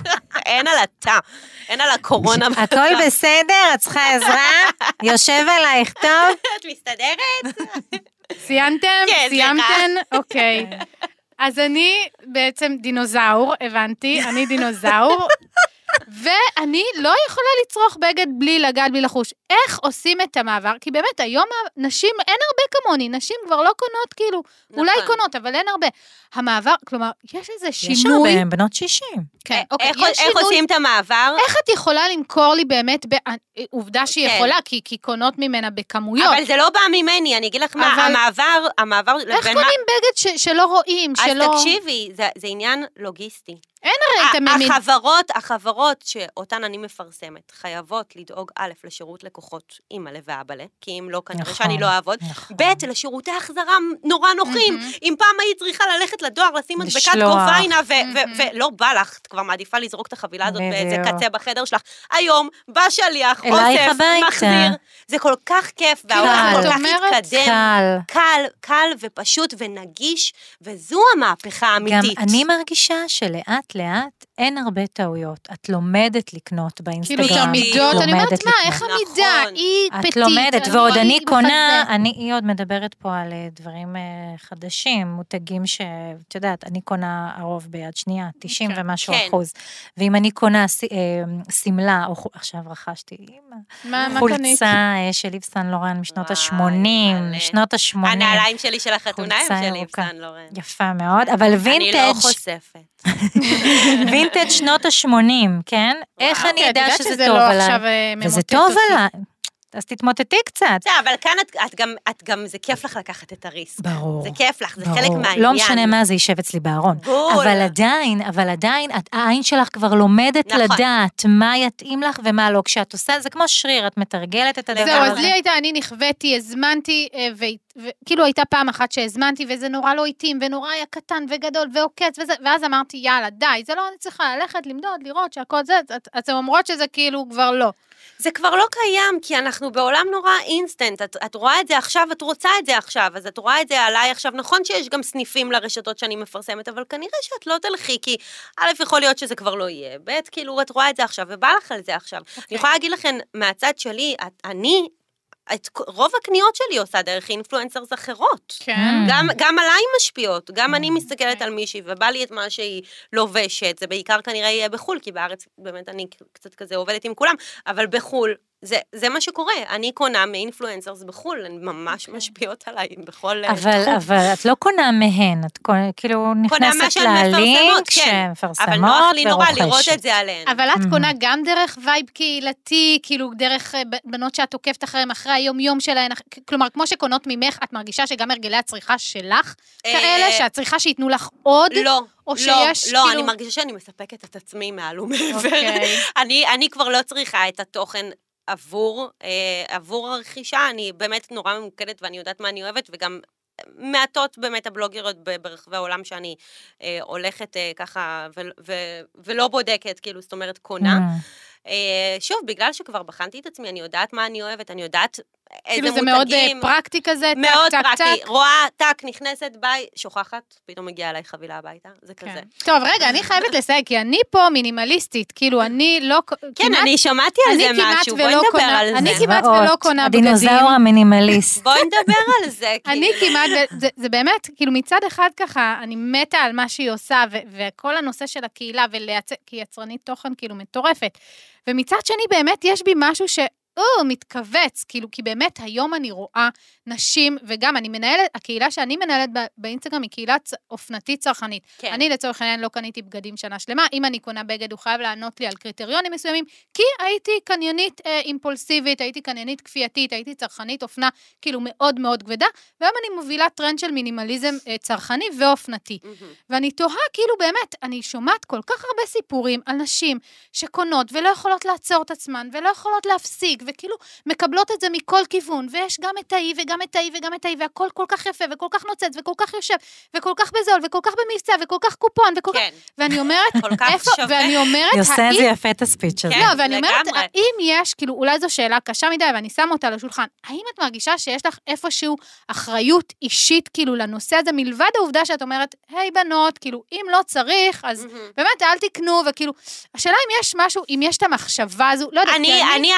B: אין על התא, אין על הקורונה.
D: הכל בסדר, את צריכה עזרה? יושב עלייך טוב?
B: את מסתדרת?
C: סיימתם? סיימתם? אוקיי. אז אני בעצם דינוזאור, הבנתי, אני דינוזאור, ואני לא יכולה לצרוך בגד בלי לגעת, בלי לחוש. איך עושים את המעבר? כי באמת, היום נשים, אין הרבה כמוני, נשים כבר לא קונות, כאילו, נכון. אולי קונות, אבל אין הרבה. המעבר, כלומר, יש איזה שינוי. יש
D: הרבה, בנות שישים.
C: כן, אוקיי,
B: איך, איך שינוי, עושים את המעבר?
C: איך את יכולה למכור לי באמת, ב... עובדה שהיא כן. יכולה, כי, כי קונות ממנה בכמויות.
B: אבל זה לא בא ממני, אני אגיד לך אבל... מה, המעבר, המעבר...
C: איך קונים מה... בגד ש... שלא רואים,
B: אז
C: שלא...
B: אז תקשיבי, זה, זה עניין לוגיסטי.
C: אין הרי את הממין.
B: החברות, החברות שאותן אני מפרסמת, חייבות לדאוג א' לשירות לקוחות אימא'לה ואבא'לה, כי אם לא, כנראה שאני לא אעבוד. ב' לשירותי החזרה נורא נוחים. אם פעם היית צריכה ללכת לדואר, לשים מדבקת גוביינה, ולא בא לך, את כבר מעדיפה לזרוק את החבילה הזאת באיזה קצה בחדר שלך. היום בא שליח, אוסף, מחזיר. זה כל כך כיף, והעולם כל כך התקדם. קל, קל ופשוט ונגיש, וזו המהפכה האמיתית.
D: גם אני מרגישה שלאט לאט אין הרבה טעויות. את לומדת לקנות באינסטגרם.
C: כאילו שהמידות, אני אומרת מה, איך המידה? היא פתית.
D: את לומדת, ועוד אני קונה, היא עוד מדברת פה על דברים חדשים, מותגים שאת יודעת, אני קונה הרוב ביד שנייה, תשעים ומשהו אחוז. ואם אני קונה סמלה, עכשיו רכשתי חולצה של איב סן לורן משנות ה-שמונים, משנות ה-שמונים.
B: הנעליים שלי של החתונה הם של איב סן לורן.
D: יפה מאוד, אבל וינטג'
B: אני לא חושפת.
D: וינטג' שנות ה-שמונים, כן? איך אני יודע שזה טוב עליי? וזה טוב עליי. אז תתמוטטי קצת.
B: אבל כאן את גם, את גם, זה כיף לך לקחת את הריסק.
D: ברור.
B: זה כיף לך, זה חלק מהעניין.
D: לא משנה מה זה יישב אצלי בארון. אבל עדיין, אבל עדיין, העין שלך כבר לומדת לדעת מה יתאים לך ומה לא. כשאת עושה, זה כמו שריר, את מתרגלת את הדבר הזה.
C: זהו, אז לי הייתה, אני נכוויתי, הזמנתי, וכאילו הייתה פעם אחת שהזמנתי, וזה נורא לא התאים, ונורא היה קטן וגדול ועוקץ, ואז אמרתי, יאללה, די, זה לא, אני צריכה ללכת, למדוד, לראות שהכל זה, אתם אומרות שזה כאילו כבר לא.
B: זה כבר לא קיים, כי אנחנו בעולם נורא אינסטנט, את, את רואה את זה עכשיו, את רוצה את זה עכשיו, אז את רואה את זה עליי עכשיו, נכון שיש גם סניפים לרשתות שאני מפרסמת, אבל כנראה שאת לא תלכי, כי א' יכול להיות שזה כבר לא יהיה, ב' כאילו את רואה את זה עכשיו, ובא לך על זה עכשיו. Okay. אני יכולה להגיד לכם, מהצד שלי, את, אני, את רוב הקניות שלי עושה דרך אינפלואנסרס אחרות.
C: כן.
B: גם, גם עליי משפיעות, גם אני מסתכלת על מישהי, ובא לי את מה שהיא לובשת, זה בעיקר כנראה יהיה בחול, כי בארץ באמת אני קצת כזה עובדת עם כולם, אבל בחול, זה, זה מה שקורה, אני קונה מאינפלואנסרס בחול, הן ממש משפיעות עליי בכל
D: אבל,
B: תחום.
D: אבל את לא קונה מהן, את קונה, כאילו נכנסת ללינק, שמפרסמות
B: אבל נוח לי נורא לראות את זה עליהן.
C: אבל את קונה גם דרך וייב קהילתי, כאילו דרך בנות שאת עוקבת אחריהם, אחרי היום יום שלהן, כלומר, כמו שקונות ממך, את מרגישה שגם הרגלי הצריכה שלך כאלה, שאת צריכה שיתנו לך עוד?
B: לא.
C: או שיש,
B: לא,
C: כאילו...
B: אני מרגישה שאני מספקת את עצמי מעל ומעבר. אני, אני כבר לא צריכה את התוכן עבור, אה, עבור הרכישה, אני באמת נורא ממוקדת ואני יודעת מה אני אוהבת, וגם מעטות באמת הבלוגריות ברחבי העולם שאני אה, הולכת אה, ככה ו, ו, ולא בודקת, כאילו, זאת אומרת, קונה. Mm. אה, שוב, בגלל שכבר בחנתי את עצמי, אני יודעת מה אני אוהבת, אני יודעת איזה
C: כאילו
B: מותגים.
C: כאילו זה מאוד פרקטי כזה, טק,
B: מאוד
C: טק,
B: פרקטי,
C: טק.
B: רואה, טק, נכנסת, ביי, שוכחת, פתאום מגיעה אליי חבילה הביתה, זה כן. כזה.
C: טוב, רגע, אני חייבת לסייג, כי אני פה מינימליסטית, כאילו אני לא...
B: כן, כמעט, אני שמעתי על זה משהו, בואי נדבר
C: קונה,
B: על זה.
C: אני כמעט ולא קונה בגדים.
D: הדינוזאור המינימליסט.
B: בואי נדבר על זה.
C: אני כמעט, זה, זה באמת, כאילו מצד אחד ככה, אני מתה על מה שהיא עושה, ו- וכל הנושא של הקהילה, ולייצא, כי יצרנית תוכן כאילו מטורפת. ומצד שני באמת יש בי משהו ש... או, מתכווץ, כאילו, כי באמת היום אני רואה נשים, וגם אני מנהלת, הקהילה שאני מנהלת באינסטגרם היא קהילה אופנתית צרכנית. כן. אני לצורך העניין לא קניתי בגדים שנה שלמה, אם אני קונה בגד הוא חייב לענות לי על קריטריונים מסוימים, כי הייתי קניינית אה, אימפולסיבית, הייתי קניינית כפייתית, הייתי צרכנית אופנה, כאילו מאוד מאוד כבדה, והיום אני מובילה טרנד של מינימליזם אה, צרכני ואופנתי. Mm-hmm. ואני תוהה, כאילו באמת, אני שומעת כל כך הרבה סיפורים על נשים שקונות ולא יכולות לעצור את עצמן, ולא יכולות להפסיק, וכאילו מקבלות את זה מכל כיוון, ויש גם את האי וגם את האי וגם את האי, והכל כל כך יפה וכל כך נוצץ וכל כך יושב, וכל כך בזול וכל כך במבצע וכל כך קופון וכל
B: כן.
C: כך... ואני אומרת, איפה, ואני אומרת,
D: היא עושה את זה יפה את הספיץ' הזה.
C: לא, ואני אומרת, האם יש, כאילו, אולי זו שאלה קשה מדי, ואני שמה אותה לשולחן, האם את מרגישה שיש לך איפשהו אחריות אישית, כאילו, לנושא הזה, מלבד העובדה שאת אומרת, היי בנות, כאילו, אם לא צריך, אז באמת, אל תקנו, וכאילו, השאלה אם יש משהו, אם יש את המחשבה הזו, לא יודעת,
B: אני, אני האחריות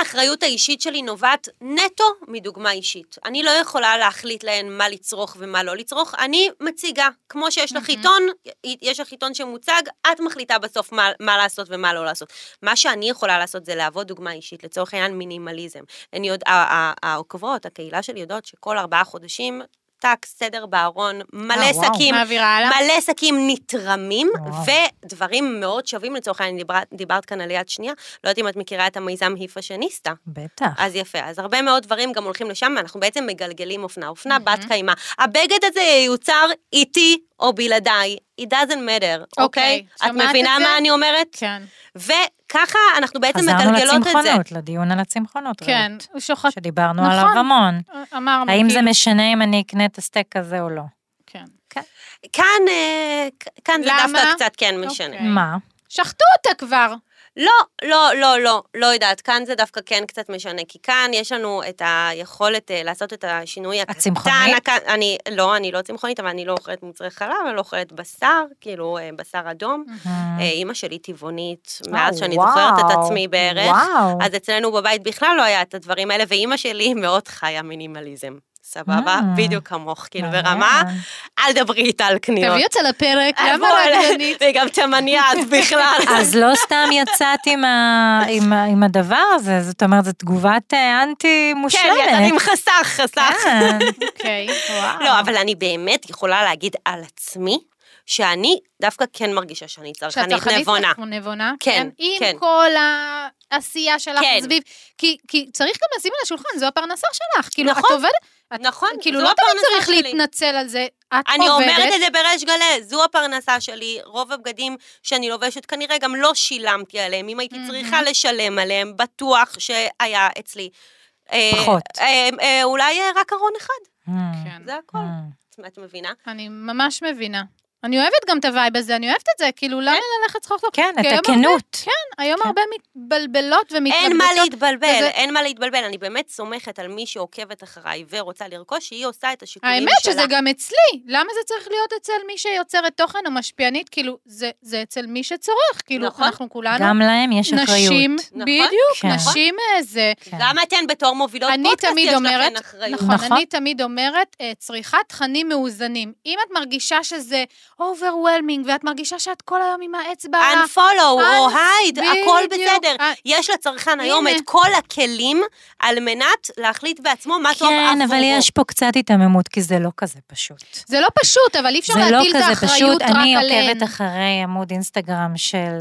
B: האישית שלי נובעת נטו מדוגמה אישית. אני לא יכולה להחליט להן מה לצרוך ומה לא לצרוך, אני מציגה, כמו שיש לך עיתון, יש לך עיתון שמוצג, את מחליטה בסוף מה, מה לעשות ומה לא לעשות. מה שאני יכולה לעשות זה לעבוד דוגמה אישית, לצורך העניין מינימליזם. אני יודע, העוקבות, הקהילה שלי יודעות שכל ארבעה חודשים, טק, סדר בארון, מלא שקים, מלא שקים נתרמים, ודברים מאוד שווים לצורך העניין, דיברת כאן על יד שנייה, לא יודעת אם את מכירה את המיזם היפשניסטה.
D: בטח.
B: אז יפה, אז הרבה מאוד דברים גם הולכים לשם, ואנחנו בעצם מגלגלים אופנה, אופנה בת קיימה. הבגד הזה יוצר איתי או בלעדיי, it doesn't matter, אוקיי? את מבינה מה אני אומרת?
C: כן.
B: וככה אנחנו בעצם מגלגלות את זה.
D: חזרנו לצמחונות, לדיון על הצמחונות.
C: כן, הוא שוחט.
D: שדיברנו עליו המון.
C: אמרנו.
D: האם זה משנה אם אני אקנה את הסטייק הזה או לא?
C: כן.
B: כאן, כאן זה דווקא קצת כן משנה.
D: מה?
C: שחטו אותה כבר.
B: לא, לא, לא, לא, לא יודעת, כאן זה דווקא כן קצת משנה, כי כאן יש לנו את היכולת לעשות את השינוי הקטן.
D: הצמחונית?
B: אני, לא, אני לא צמחונית, אבל אני לא אוכלת מוצרי חלב, אני לא אוכלת בשר, כאילו בשר אדום. אמא שלי טבעונית, מאז שאני זוכרת את עצמי בערך, אז אצלנו בבית בכלל לא היה את הדברים האלה, ואמא שלי מאוד חיה מינימליזם. סבבה, בדיוק כמוך, כאילו ברמה, אל דברי איתה על קניות.
C: תביא אותה לפרק, למה רקדנית?
B: וגם תמניית בכלל.
D: אז לא סתם יצאת עם הדבר הזה, זאת אומרת, זו תגובת אנטי מושלמת.
B: כן, יצאת עם חסך, חסך.
C: אוקיי, וואו.
B: לא, אבל אני באמת יכולה להגיד על עצמי, שאני דווקא כן מרגישה שאני צרכנית נבונה.
C: שאת נבונה?
B: כן, כן.
C: עם כל העשייה שלך סביב, כי צריך גם לשים על השולחן, זו הפרנסה שלך. כאילו, את עובדת,
B: נכון,
C: כאילו, לא תמיד צריך להתנצל על זה, את עובדת.
B: אני אומרת את זה בריש גלי, זו הפרנסה שלי, רוב הבגדים שאני לובשת, כנראה גם לא שילמתי עליהם, אם הייתי צריכה לשלם עליהם, בטוח שהיה אצלי.
D: פחות.
B: אולי רק ארון אחד. זה הכל. את מבינה?
C: אני ממש מבינה. אני אוהבת גם את הווייב הזה, אני אוהבת את זה, כאילו, למה ללכת צחוק טוב?
D: כן, את הכנות.
C: כן, היום הרבה מתבלבלות ומתנגדות.
B: אין מה להתבלבל, אין מה להתבלבל, אני באמת סומכת על מי שעוקבת אחריי ורוצה לרכוש, שהיא עושה את השיקולים שלה.
C: האמת שזה גם אצלי, למה זה צריך להיות אצל מי שיוצרת תוכן או משפיענית, כאילו, זה אצל מי שצורך, כאילו, אנחנו כולנו...
D: גם להם יש אחריות.
C: נשים, בדיוק, נשים זה...
B: גם אתן בתור מובילות פודקאסט יש לכן אחריות.
C: נכון, אני תמיד אומרת, צריכת תכנים מאוזנים. אם את מרגישה שזה overwhelming, ואת מרגישה שאת כל היום עם האצבע...
B: unfollow או hide, הכל בסדר. יש לצרכן היום את כל הכלים על מנת להחליט בעצמו מה טוב עבורו.
D: כן, אבל יש פה קצת התעממות, כי זה לא כזה פשוט.
C: זה לא פשוט, אבל אי אפשר להטיל את האחריות רק עליהם.
D: אני עוקבת אחרי עמוד אינסטגרם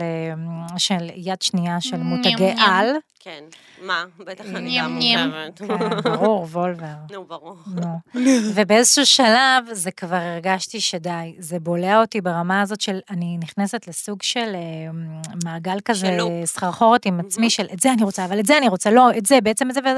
D: של יד שנייה של מותגי על.
B: כן, מה? בטח אני גם מוכרת.
D: ברור, וולבר.
B: נו, ברור.
D: ובאיזשהו שלב, זה כבר הרגשתי שדי, זה בולע אותי ברמה הזאת של, אני נכנסת לסוג של מעגל כזה, סחרחורת עם עצמי של, את זה אני רוצה, אבל את זה אני רוצה, לא, את זה, בעצם את זה,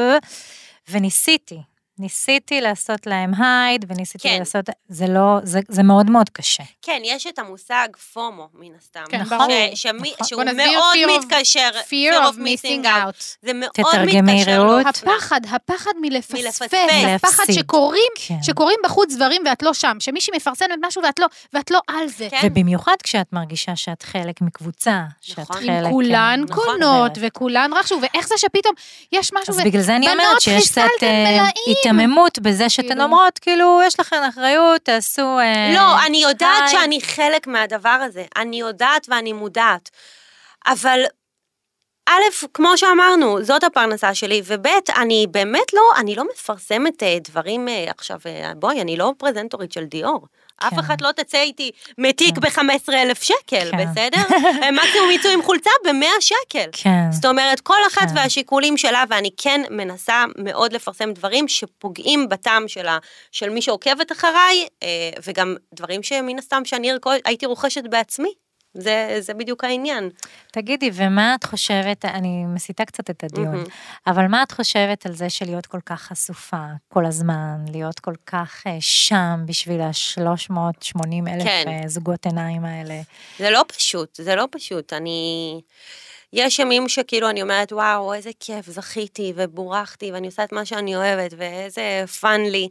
D: וניסיתי. ניסיתי לעשות להם הייד, וניסיתי כן. לעשות, זה לא, זה, זה מאוד מאוד קשה.
B: כן, יש את המושג פומו, מן הסתם.
C: כן, נכון.
B: ש, שמי, נכון. שהוא מאוד מתקשר,
C: fear of missing out.
B: זה מאוד מתקשר לו.
C: הפחד, הפחד מלפספס, הפחד שקוראים, כן. שקוראים בחוץ דברים ואת לא שם, שמישהי מפרסמת משהו ואת לא, ואת לא על זה.
D: כן. ובמיוחד כשאת מרגישה שאת חלק מקבוצה, שאת
C: נכון.
D: חלק...
C: עם כולן נכון, קונות, נכון. וכולן רכשו, ואיך זה שפתאום יש משהו...
D: אז ו... בגלל זה אני אומרת שיש קצת התעממות בזה שאתן אומרות, כאילו, יש לכן אחריות, תעשו...
B: לא, אני יודעת שאני חלק מהדבר הזה, אני יודעת ואני מודעת, אבל א', כמו שאמרנו, זאת הפרנסה שלי, וב', אני באמת לא, אני לא מפרסמת דברים עכשיו, בואי, אני לא פרזנטורית של דיור, אף אחד לא תצא איתי מתיק ב-חמישה עשר אלף שקל, בסדר? מקסימום יצאו עם חולצה ב-מאה שקל. זאת אומרת, כל אחת והשיקולים שלה, ואני כן מנסה מאוד לפרסם דברים שפוגעים בטעם של מי שעוקבת אחריי, וגם דברים שמן הסתם שאני הייתי רוכשת בעצמי. זה, זה בדיוק העניין.
D: תגידי, ומה את חושבת, אני מסיתה קצת את הדיון, אבל מה את חושבת על זה של להיות כל כך חשופה כל הזמן, להיות כל כך שם בשביל ה-שלוש מאות ושמונים אלף זוגות עיניים האלה?
B: זה לא פשוט, זה לא פשוט. אני, יש ימים שכאילו אני אומרת, וואו, איזה כיף, זכיתי ובורחתי, ואני עושה את מה שאני אוהבת, ואיזה פן לי.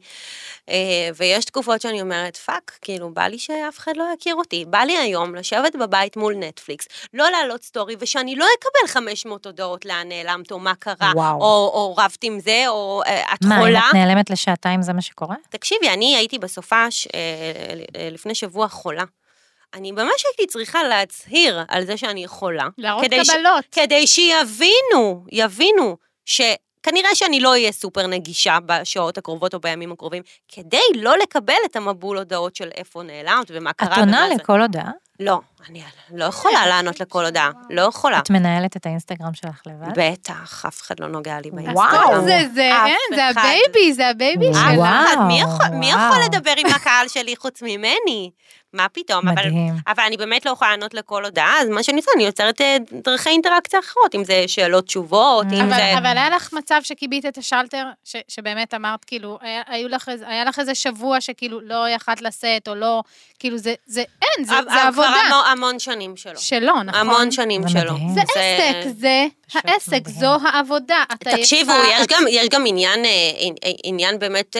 B: ויש תקופות שאני אומרת, פאק, כאילו, בא לי שאף אחד לא יכיר אותי. בא לי היום לשבת בבית מול נטפליקס, לא לעלות סטורי, ושאני לא אקבל חמש מאות הודעות לאן נעלמת, או מה קרה, או, או רבת עם זה, או את
D: מה,
B: חולה.
D: מה, אם את נעלמת לשעתיים, זה מה שקורה?
B: תקשיבי, אני הייתי בסופש לפני שבוע חולה. אני ממש הייתי צריכה להצהיר על זה שאני יכולה.
C: להראות קבלות.
B: ש... כדי שיבינו, יבינו, שכנראה שאני לא אהיה סופר נגישה בשעות הקרובות או בימים הקרובים, כדי לא לקבל את המבול הודעות של איפה נעלמת ומה קרה.
D: את עונה לכל הודעה?
B: לא, אני לא יכולה לענות לכל הודעה, לא יכולה.
D: את מנהלת את האינסטגרם שלך לבד?
B: בטח, אף אחד לא נוגע לי באינסטגרם.
C: וואו, זה, זה, אין, זה הבייבי, זה הבייבי שלה.
B: אף אחד, מי יכול לדבר עם הקהל שלי חוץ ממני? מה פתאום?
D: מדהים.
B: אבל, אבל אני באמת לא יכולה לענות לכל הודעה, אז מה שאני עושה, אני יוצרת דרכי אינטראקציה אחרות, אם זה שאלות תשובות, אם
C: אבל,
B: זה...
C: אבל היה לך מצב שקיבית את השלטר, ש, שבאמת אמרת, כאילו, היה, היו לך, היה לך איזה שבוע שכאילו לא יכלת לשאת, או לא, כאילו זה, זה אין, זה, זה עבודה.
B: כבר המון שנים שלו.
C: שלו, נכון?
B: המון שנים שלו.
C: זה עסק, זה העסק, זו העבודה.
B: תקשיבו, יש גם, יש גם עניין, עניין באמת...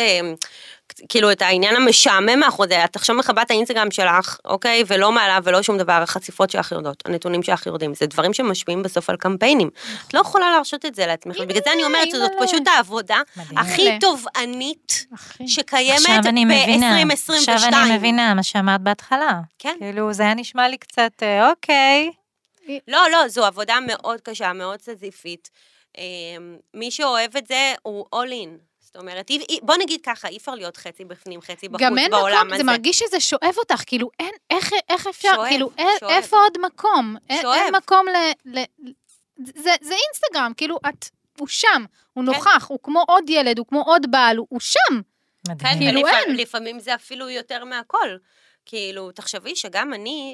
B: כאילו את העניין המשעמם מאחורי זה, את עכשיו מחבת האינסטגרם שלך, אוקיי, ולא מעלה ולא שום דבר, החשיפות שלך יורדות, הנתונים שלך יורדים, זה דברים שמשפיעים בסוף על קמפיינים. את לא יכולה להרשות את זה לעצמך, בגלל זה אני אומרת שזאת פשוט העבודה הכי תובענית שקיימת ב-עשרים עשרים ושתיים.
D: עכשיו אני מבינה מה שאמרת בהתחלה.
B: כן.
D: כאילו זה היה נשמע לי קצת, אוקיי.
B: לא, לא, זו עבודה מאוד קשה, מאוד סזיפית. מי שאוהב את זה הוא all in. זאת אומרת, בוא נגיד ככה, אי אפשר להיות חצי בפנים, חצי בחוץ בעולם הזה.
C: גם אין מקום, זה מרגיש שזה שואב אותך, כאילו, אין, איך, איך אפשר, שואב, כאילו, שואב. איפה עוד מקום? שואב. אין מקום ל... ל זה, זה אינסטגרם, כאילו, את, הוא שם, הוא כן. נוכח, הוא כמו עוד ילד, הוא כמו עוד בעל, הוא, הוא שם.
B: כן, כאילו ולפעמים, לפעמים זה אפילו יותר מהכל. כאילו, תחשבי שגם אני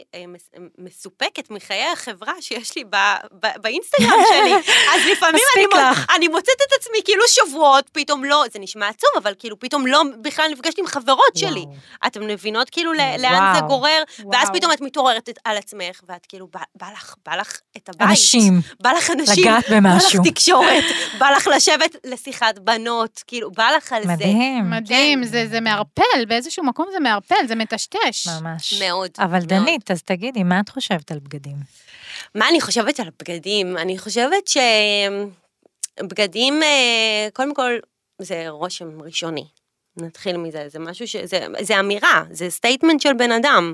B: מסופקת מחיי החברה שיש לי באינסטגרם שלי, אז לפעמים אני מוצאת את עצמי כאילו שבועות, פתאום לא, זה נשמע עצוב, אבל כאילו פתאום לא בכלל נפגשתי עם חברות שלי. אתן מבינות כאילו לאן זה גורר, ואז פתאום את מתעוררת על עצמך, ואת כאילו, בא לך את הבית.
D: אנשים.
B: בא לך אנשים.
D: לגעת במשהו.
B: בא לך תקשורת, בא לך לשבת לשיחת בנות, כאילו, בא לך על זה.
D: מדהים.
C: מדהים, זה מערפל, באיזשהו מקום זה מערפל, זה מטשטש.
D: ממש.
B: מאוד.
D: אבל דנית, אז תגידי, מה את חושבת על בגדים?
B: מה אני חושבת על בגדים? אני חושבת שבגדים, קודם כל, זה רושם ראשוני. נתחיל מזה, זה משהו ש... זה, זה אמירה, זה סטייטמנט של בן אדם.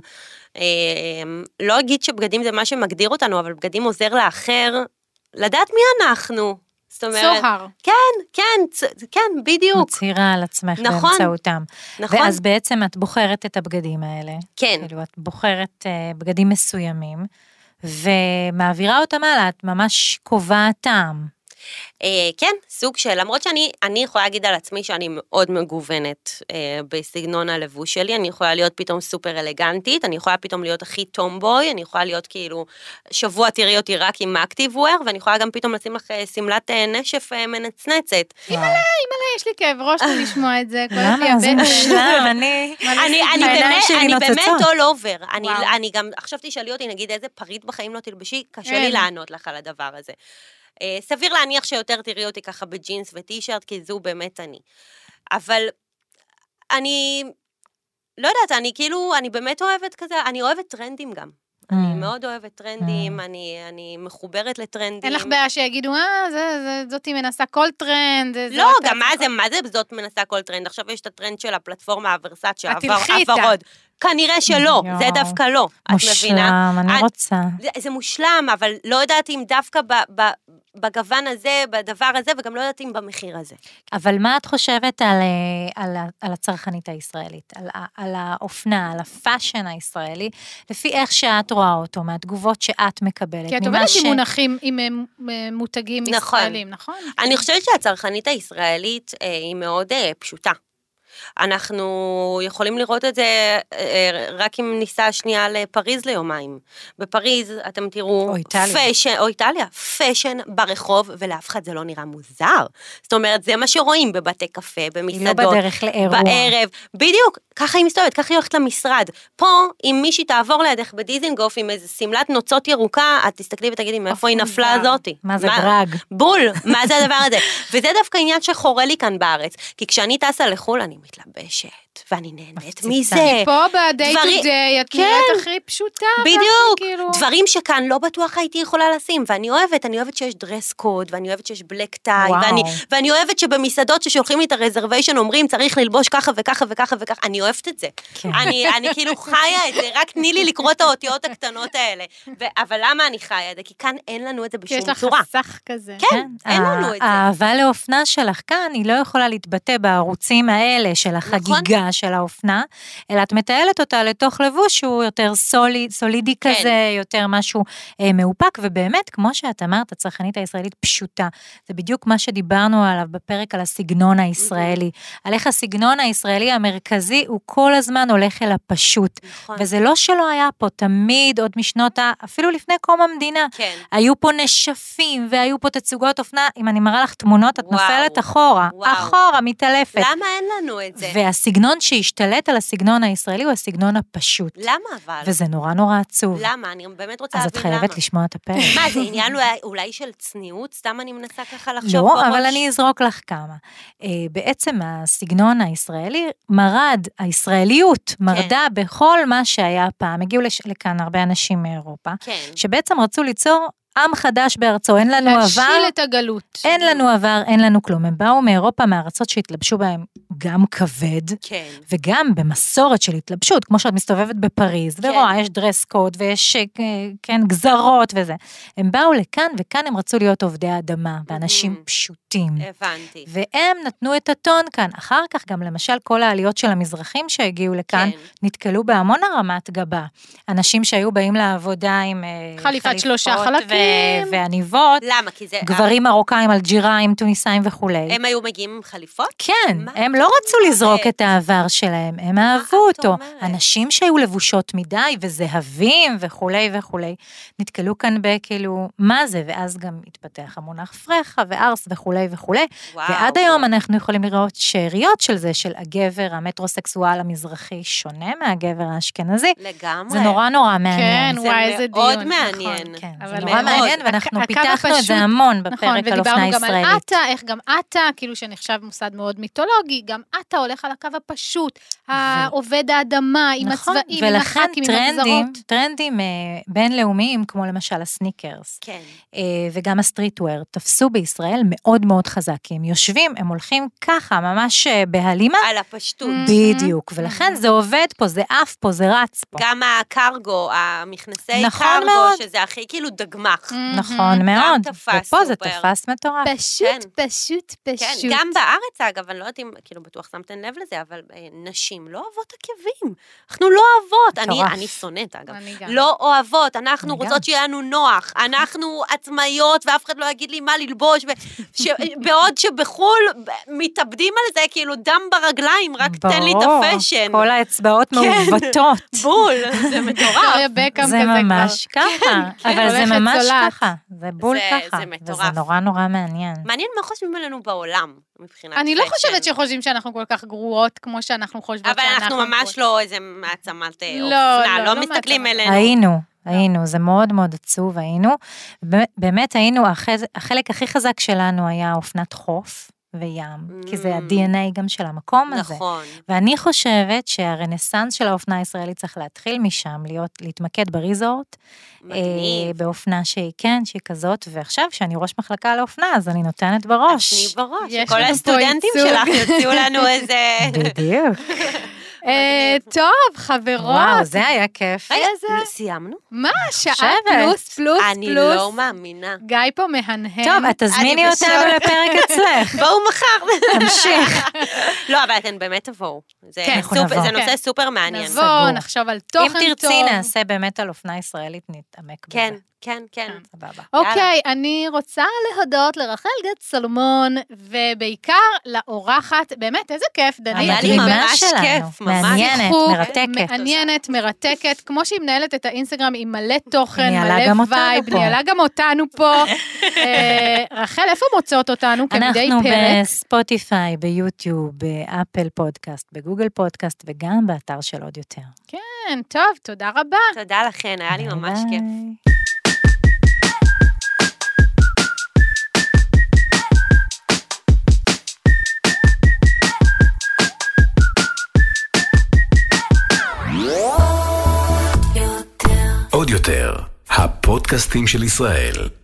B: לא אגיד שבגדים זה מה שמגדיר אותנו, אבל בגדים עוזר לאחר לדעת מי אנחנו. זאת אומרת,
C: סוהר.
B: כן, כן, כן, בדיוק.
D: מצהירה על עצמך
B: נכון,
D: באמצעותם.
B: נכון.
D: ואז בעצם את בוחרת את הבגדים האלה.
B: כן.
D: כאילו, את בוחרת uh, בגדים מסוימים, ומעבירה אותם הלאה, את ממש קובעת טעם.
B: אה, כן, סוג של, למרות שאני אני יכולה להגיד על עצמי שאני מאוד מגוונת אה, בסגנון הלבוש שלי, אני יכולה להיות פתאום סופר אלגנטית, אני יכולה פתאום להיות הכי טומבוי, אני יכולה להיות כאילו, שבוע תראי אותי רק עם אקטיב וויר, ואני יכולה גם פתאום לשים לך סמלת נשף מנצנצת.
C: אימאלה, אימאלה, יש לי כאב ראש לשמוע את זה.
D: למה? זה משלם, אני...
B: אני באמת all over, אני גם, עכשיו תשאלי אותי, נגיד איזה פריט בחיים לא תלבשי, קשה לי לענות לך על הדבר הזה. סביר להניח שיותר תראי אותי ככה בג'ינס וטישרט, כי זו באמת אני. אבל אני, לא יודעת, אני כאילו, אני באמת אוהבת כזה, אני אוהבת טרנדים גם. אני מאוד אוהבת טרנדים, אני, אני מחוברת לטרנדים.
C: אין לך בעיה שיגידו, אה, זה, זאתי מנסה כל טרנד.
B: לא, גם מה זה, מה זה זאת מנסה כל טרנד? עכשיו יש את הטרנד של הפלטפורמה הוורסאצ' שעברוד. כנראה שלא, זה דווקא לא.
D: מושלם, אני רוצה.
B: זה מושלם, אבל לא יודעת אם דווקא בגוון הזה, בדבר הזה, וגם לא יודעת אם במחיר הזה.
D: אבל מה את חושבת על, על, על הצרכנית הישראלית, על, על האופנה, על הפאשן הישראלי, לפי איך שאת רואה אותו, מהתגובות שאת מקבלת?
C: כי את אומרת עם מונחים, עם מותגים ישראלים, נכון?
B: אני חושבת שהצרכנית הישראלית היא מאוד פשוטה. אנחנו יכולים לראות את זה רק אם ניסע שנייה לפריז ליומיים. בפריז אתם תראו
D: או איטליה.
B: פשן, או איטליה, פשן ברחוב, ולאף אחד זה לא נראה מוזר. זאת אומרת, זה מה שרואים בבתי קפה, במסעדות.
D: היא לא בדרך לאירוע.
B: בערב. בדיוק, ככה היא מסתובבת, ככה היא הולכת למשרד. פה, אם מישהי תעבור לידך בדיזינגוף עם איזה סמלת נוצות ירוקה, את תסתכלי ותגידי, מאיפה היא נפלה הזאתי?
D: מה זה דרג?
B: בול, מה זה הדבר הזה? וזה דווקא עניין שחורה לי כאן בארץ, כי כשאני טסה לחול, אני מתלבשת, ואני נהנית מזה.
C: פה ב-day to day, את נראית הכי פשוטה.
B: בדיוק, דברים שכאן לא בטוח הייתי יכולה לשים, ואני אוהבת, אני אוהבת שיש דרס קוד, ואני אוהבת שיש בלק טאי, ואני אוהבת שבמסעדות ששולחים לי את הרזרוויישן, אומרים, צריך ללבוש ככה וככה וככה וככה, אני אוהבת את זה. אני כאילו חיה את זה, רק תני לי לקרוא את האותיות הקטנות האלה. אבל למה אני חיה את זה? כי כאן אין לנו את זה בשום צורה.
C: כי יש לך חסך כזה.
B: כן, אין לנו את זה.
D: האהבה לאופנה שלך כאן, היא לא יכולה להתבטא בערוצים האלה של החגיגה של האופנה, אלא את מטיילת אותה לתוך לבוש שהוא יותר סוליד, סולידי
B: כן.
D: כזה, יותר משהו אה, מאופק, ובאמת, כמו שאת אמרת, הצרכנית הישראלית פשוטה, זה בדיוק מה שדיברנו עליו בפרק על הסגנון הישראלי, mm-hmm. על איך הסגנון הישראלי המרכזי, הוא כל הזמן הולך אל הפשוט, נכון. וזה לא שלא היה פה, תמיד עוד משנות, אפילו לפני קום המדינה,
B: כן.
D: היו פה נשפים, והיו פה תצוגות אופנה, אם אני מראה לך תמונות, את וואו. נופלת אחורה, וואו. אחורה, מתעלפת.
B: למה אין לנו את זה?
D: והסגנון שהשתלט על הסגנון הישראלי הוא הסגנון הפשוט.
B: למה אבל?
D: וזה נורא נורא עצוב.
B: למה? אני באמת רוצה
D: אז
B: להבין למה.
D: אז את חייבת לשמוע את הפרק.
B: מה, זה עניין אולי של צניעות? סתם אני מנסה ככה לחשוב
D: לא,
B: בראש.
D: אבל אני אזרוק לך כמה. בעצם הסגנון הישראלי מרד, הישראליות מרדה בכל מה שהיה פעם. הגיעו לכאן הרבה אנשים מאירופה, שבעצם רצו ליצור עם חדש בארצו, אין לנו עבר.
C: להשיל את הגלות.
D: אין לנו עבר, אין לנו כלום. הם באו מאירופה, מארצות שהתלבשו בהם גם כבד,
B: כן.
D: וגם במסורת של התלבשות, כמו שאת מסתובבת בפריז, כן. ורואה, יש דרס קוד, ויש, כן, גזרות וזה. הם באו לכאן, וכאן הם רצו להיות עובדי אדמה, ואנשים mm-hmm. פשוטים.
B: הבנתי.
D: והם נתנו את הטון כאן. אחר כך גם, למשל, כל העליות של המזרחים שהגיעו לכאן, כן. נתקלו בהמון הרמת גבה. אנשים שהיו באים לעבודה עם
C: חליפת שלושה חלקים.
D: ועניבות,
B: למה? כי זה...
D: גברים מרוקאים, אלג'יראים, טוניסאים וכולי.
B: הם היו מגיעים עם חליפות?
D: כן, הם לא רצו לזרוק את העבר שלהם, הם אהבו אותו. אנשים שהיו לבושות מדי וזהבים וכולי וכולי, נתקלו כאן בכאילו, מה זה? ואז גם התפתח המונח פרחה וארס וכולי וכולי, ועד היום אנחנו יכולים לראות שאריות של זה, של הגבר המטרוסקסואל המזרחי שונה מהגבר האשכנזי.
B: לגמרי.
D: זה נורא נורא מעניין.
C: כן, וואי, איזה דיון.
B: מאוד מעניין.
D: כן, זה נורא מעניין. ואנחנו פיתחנו את זה המון בפרק על אופנה ישראלית.
C: ודיברנו גם על עטה, איך גם עטה, כאילו שנחשב מוסד מאוד מיתולוגי, גם עטה הולך על הקו הפשוט, העובד האדמה, עם הצבעים, עם החקים, עם הגזרות.
D: ולכן טרנדים בינלאומיים, כמו למשל הסניקרס, וגם הסטריטוור, תפסו בישראל מאוד מאוד חזק, כי הם יושבים, הם הולכים ככה, ממש בהלימה.
B: על הפשטות.
D: בדיוק, ולכן זה עובד פה, זה אף פה, זה רץ פה.
B: גם הקרגו, המכנסי קרגו, שזה הכי כאילו דגמח.
D: נכון מאוד, ופה זה תפס מטורף.
C: פשוט, פשוט, פשוט.
B: גם בארץ, אגב, אני לא יודעת אם, כאילו, בטוח שמתן לב לזה, אבל נשים לא אוהבות עקבים. אנחנו לא אוהבות. אני שונאת, אגב. לא אוהבות. אנחנו רוצות שיהיה לנו נוח. אנחנו עצמאיות, ואף אחד לא יגיד לי מה ללבוש, בעוד שבחול מתאבדים על זה, כאילו, דם ברגליים, רק תן לי את הפשן.
D: כל האצבעות מעוותות.
B: בול, זה מטורף.
D: זה ממש ככה, אבל זה ממש ככה. זה בול ככה.
B: זה מטורף.
D: וזה נורא נורא מעניין.
B: מעניין מה חושבים עלינו בעולם, מבחינת
C: אני לא חושבת שחושבים שאנחנו כל כך גרועות, כמו שאנחנו חושבות
B: שאנחנו גרועות. אבל אנחנו ממש לא איזה מעצמת אופנה, לא מסתכלים אלינו.
D: היינו, היינו, זה מאוד מאוד עצוב, היינו. באמת היינו, החלק הכי חזק שלנו היה אופנת חוף. וים, כי זה ה-די אן איי גם של המקום הזה.
B: נכון.
D: ואני חושבת שהרנסנס של האופנה הישראלית צריך להתחיל משם, להיות, להתמקד בריזורט,
B: מגניב.
D: באופנה שהיא כן, שהיא כזאת, ועכשיו שאני ראש מחלקה לאופנה, אז אני נותנת בראש.
B: אני בראש. כל הסטודנטים שלך יוציאו לנו איזה...
D: בדיוק.
C: טוב, חברות.
D: וואו, זה היה כיף.
B: רגע, סיימנו?
C: מה? שעה פלוס, פלוס, פלוס.
B: אני לא מאמינה.
C: גיא פה מהנהן.
D: טוב, את תזמיני אותנו לפרק אצלך.
B: בואו מחר.
D: תמשיך.
B: לא, אבל אתן באמת תבואו. זה נושא סופר מעניין.
C: נבוא, נחשוב על תוכן טוב.
D: אם תרצי, נעשה באמת על אופנה ישראלית, נתעמק בזה.
B: כן. כן, כן.
C: אוקיי, אני רוצה להודות לרחל גת סלומון, ובעיקר לאורחת, באמת, איזה כיף, דנית.
B: היה לי ממש כיף, ממש.
D: מעניינת, מרתקת.
C: מעניינת, מרתקת, כמו שהיא מנהלת את האינסטגרם עם מלא תוכן, מלא וייב, ניהלה גם אותנו פה. רחל, איפה מוצאות אותנו כמדי פרק?
D: אנחנו בספוטיפיי, ביוטיוב, באפל פודקאסט, בגוגל פודקאסט, וגם באתר של עוד יותר.
C: כן, טוב, תודה רבה.
B: תודה לכן, היה לי ממש כיף.
A: עוד יותר, הפודקאסטים של ישראל.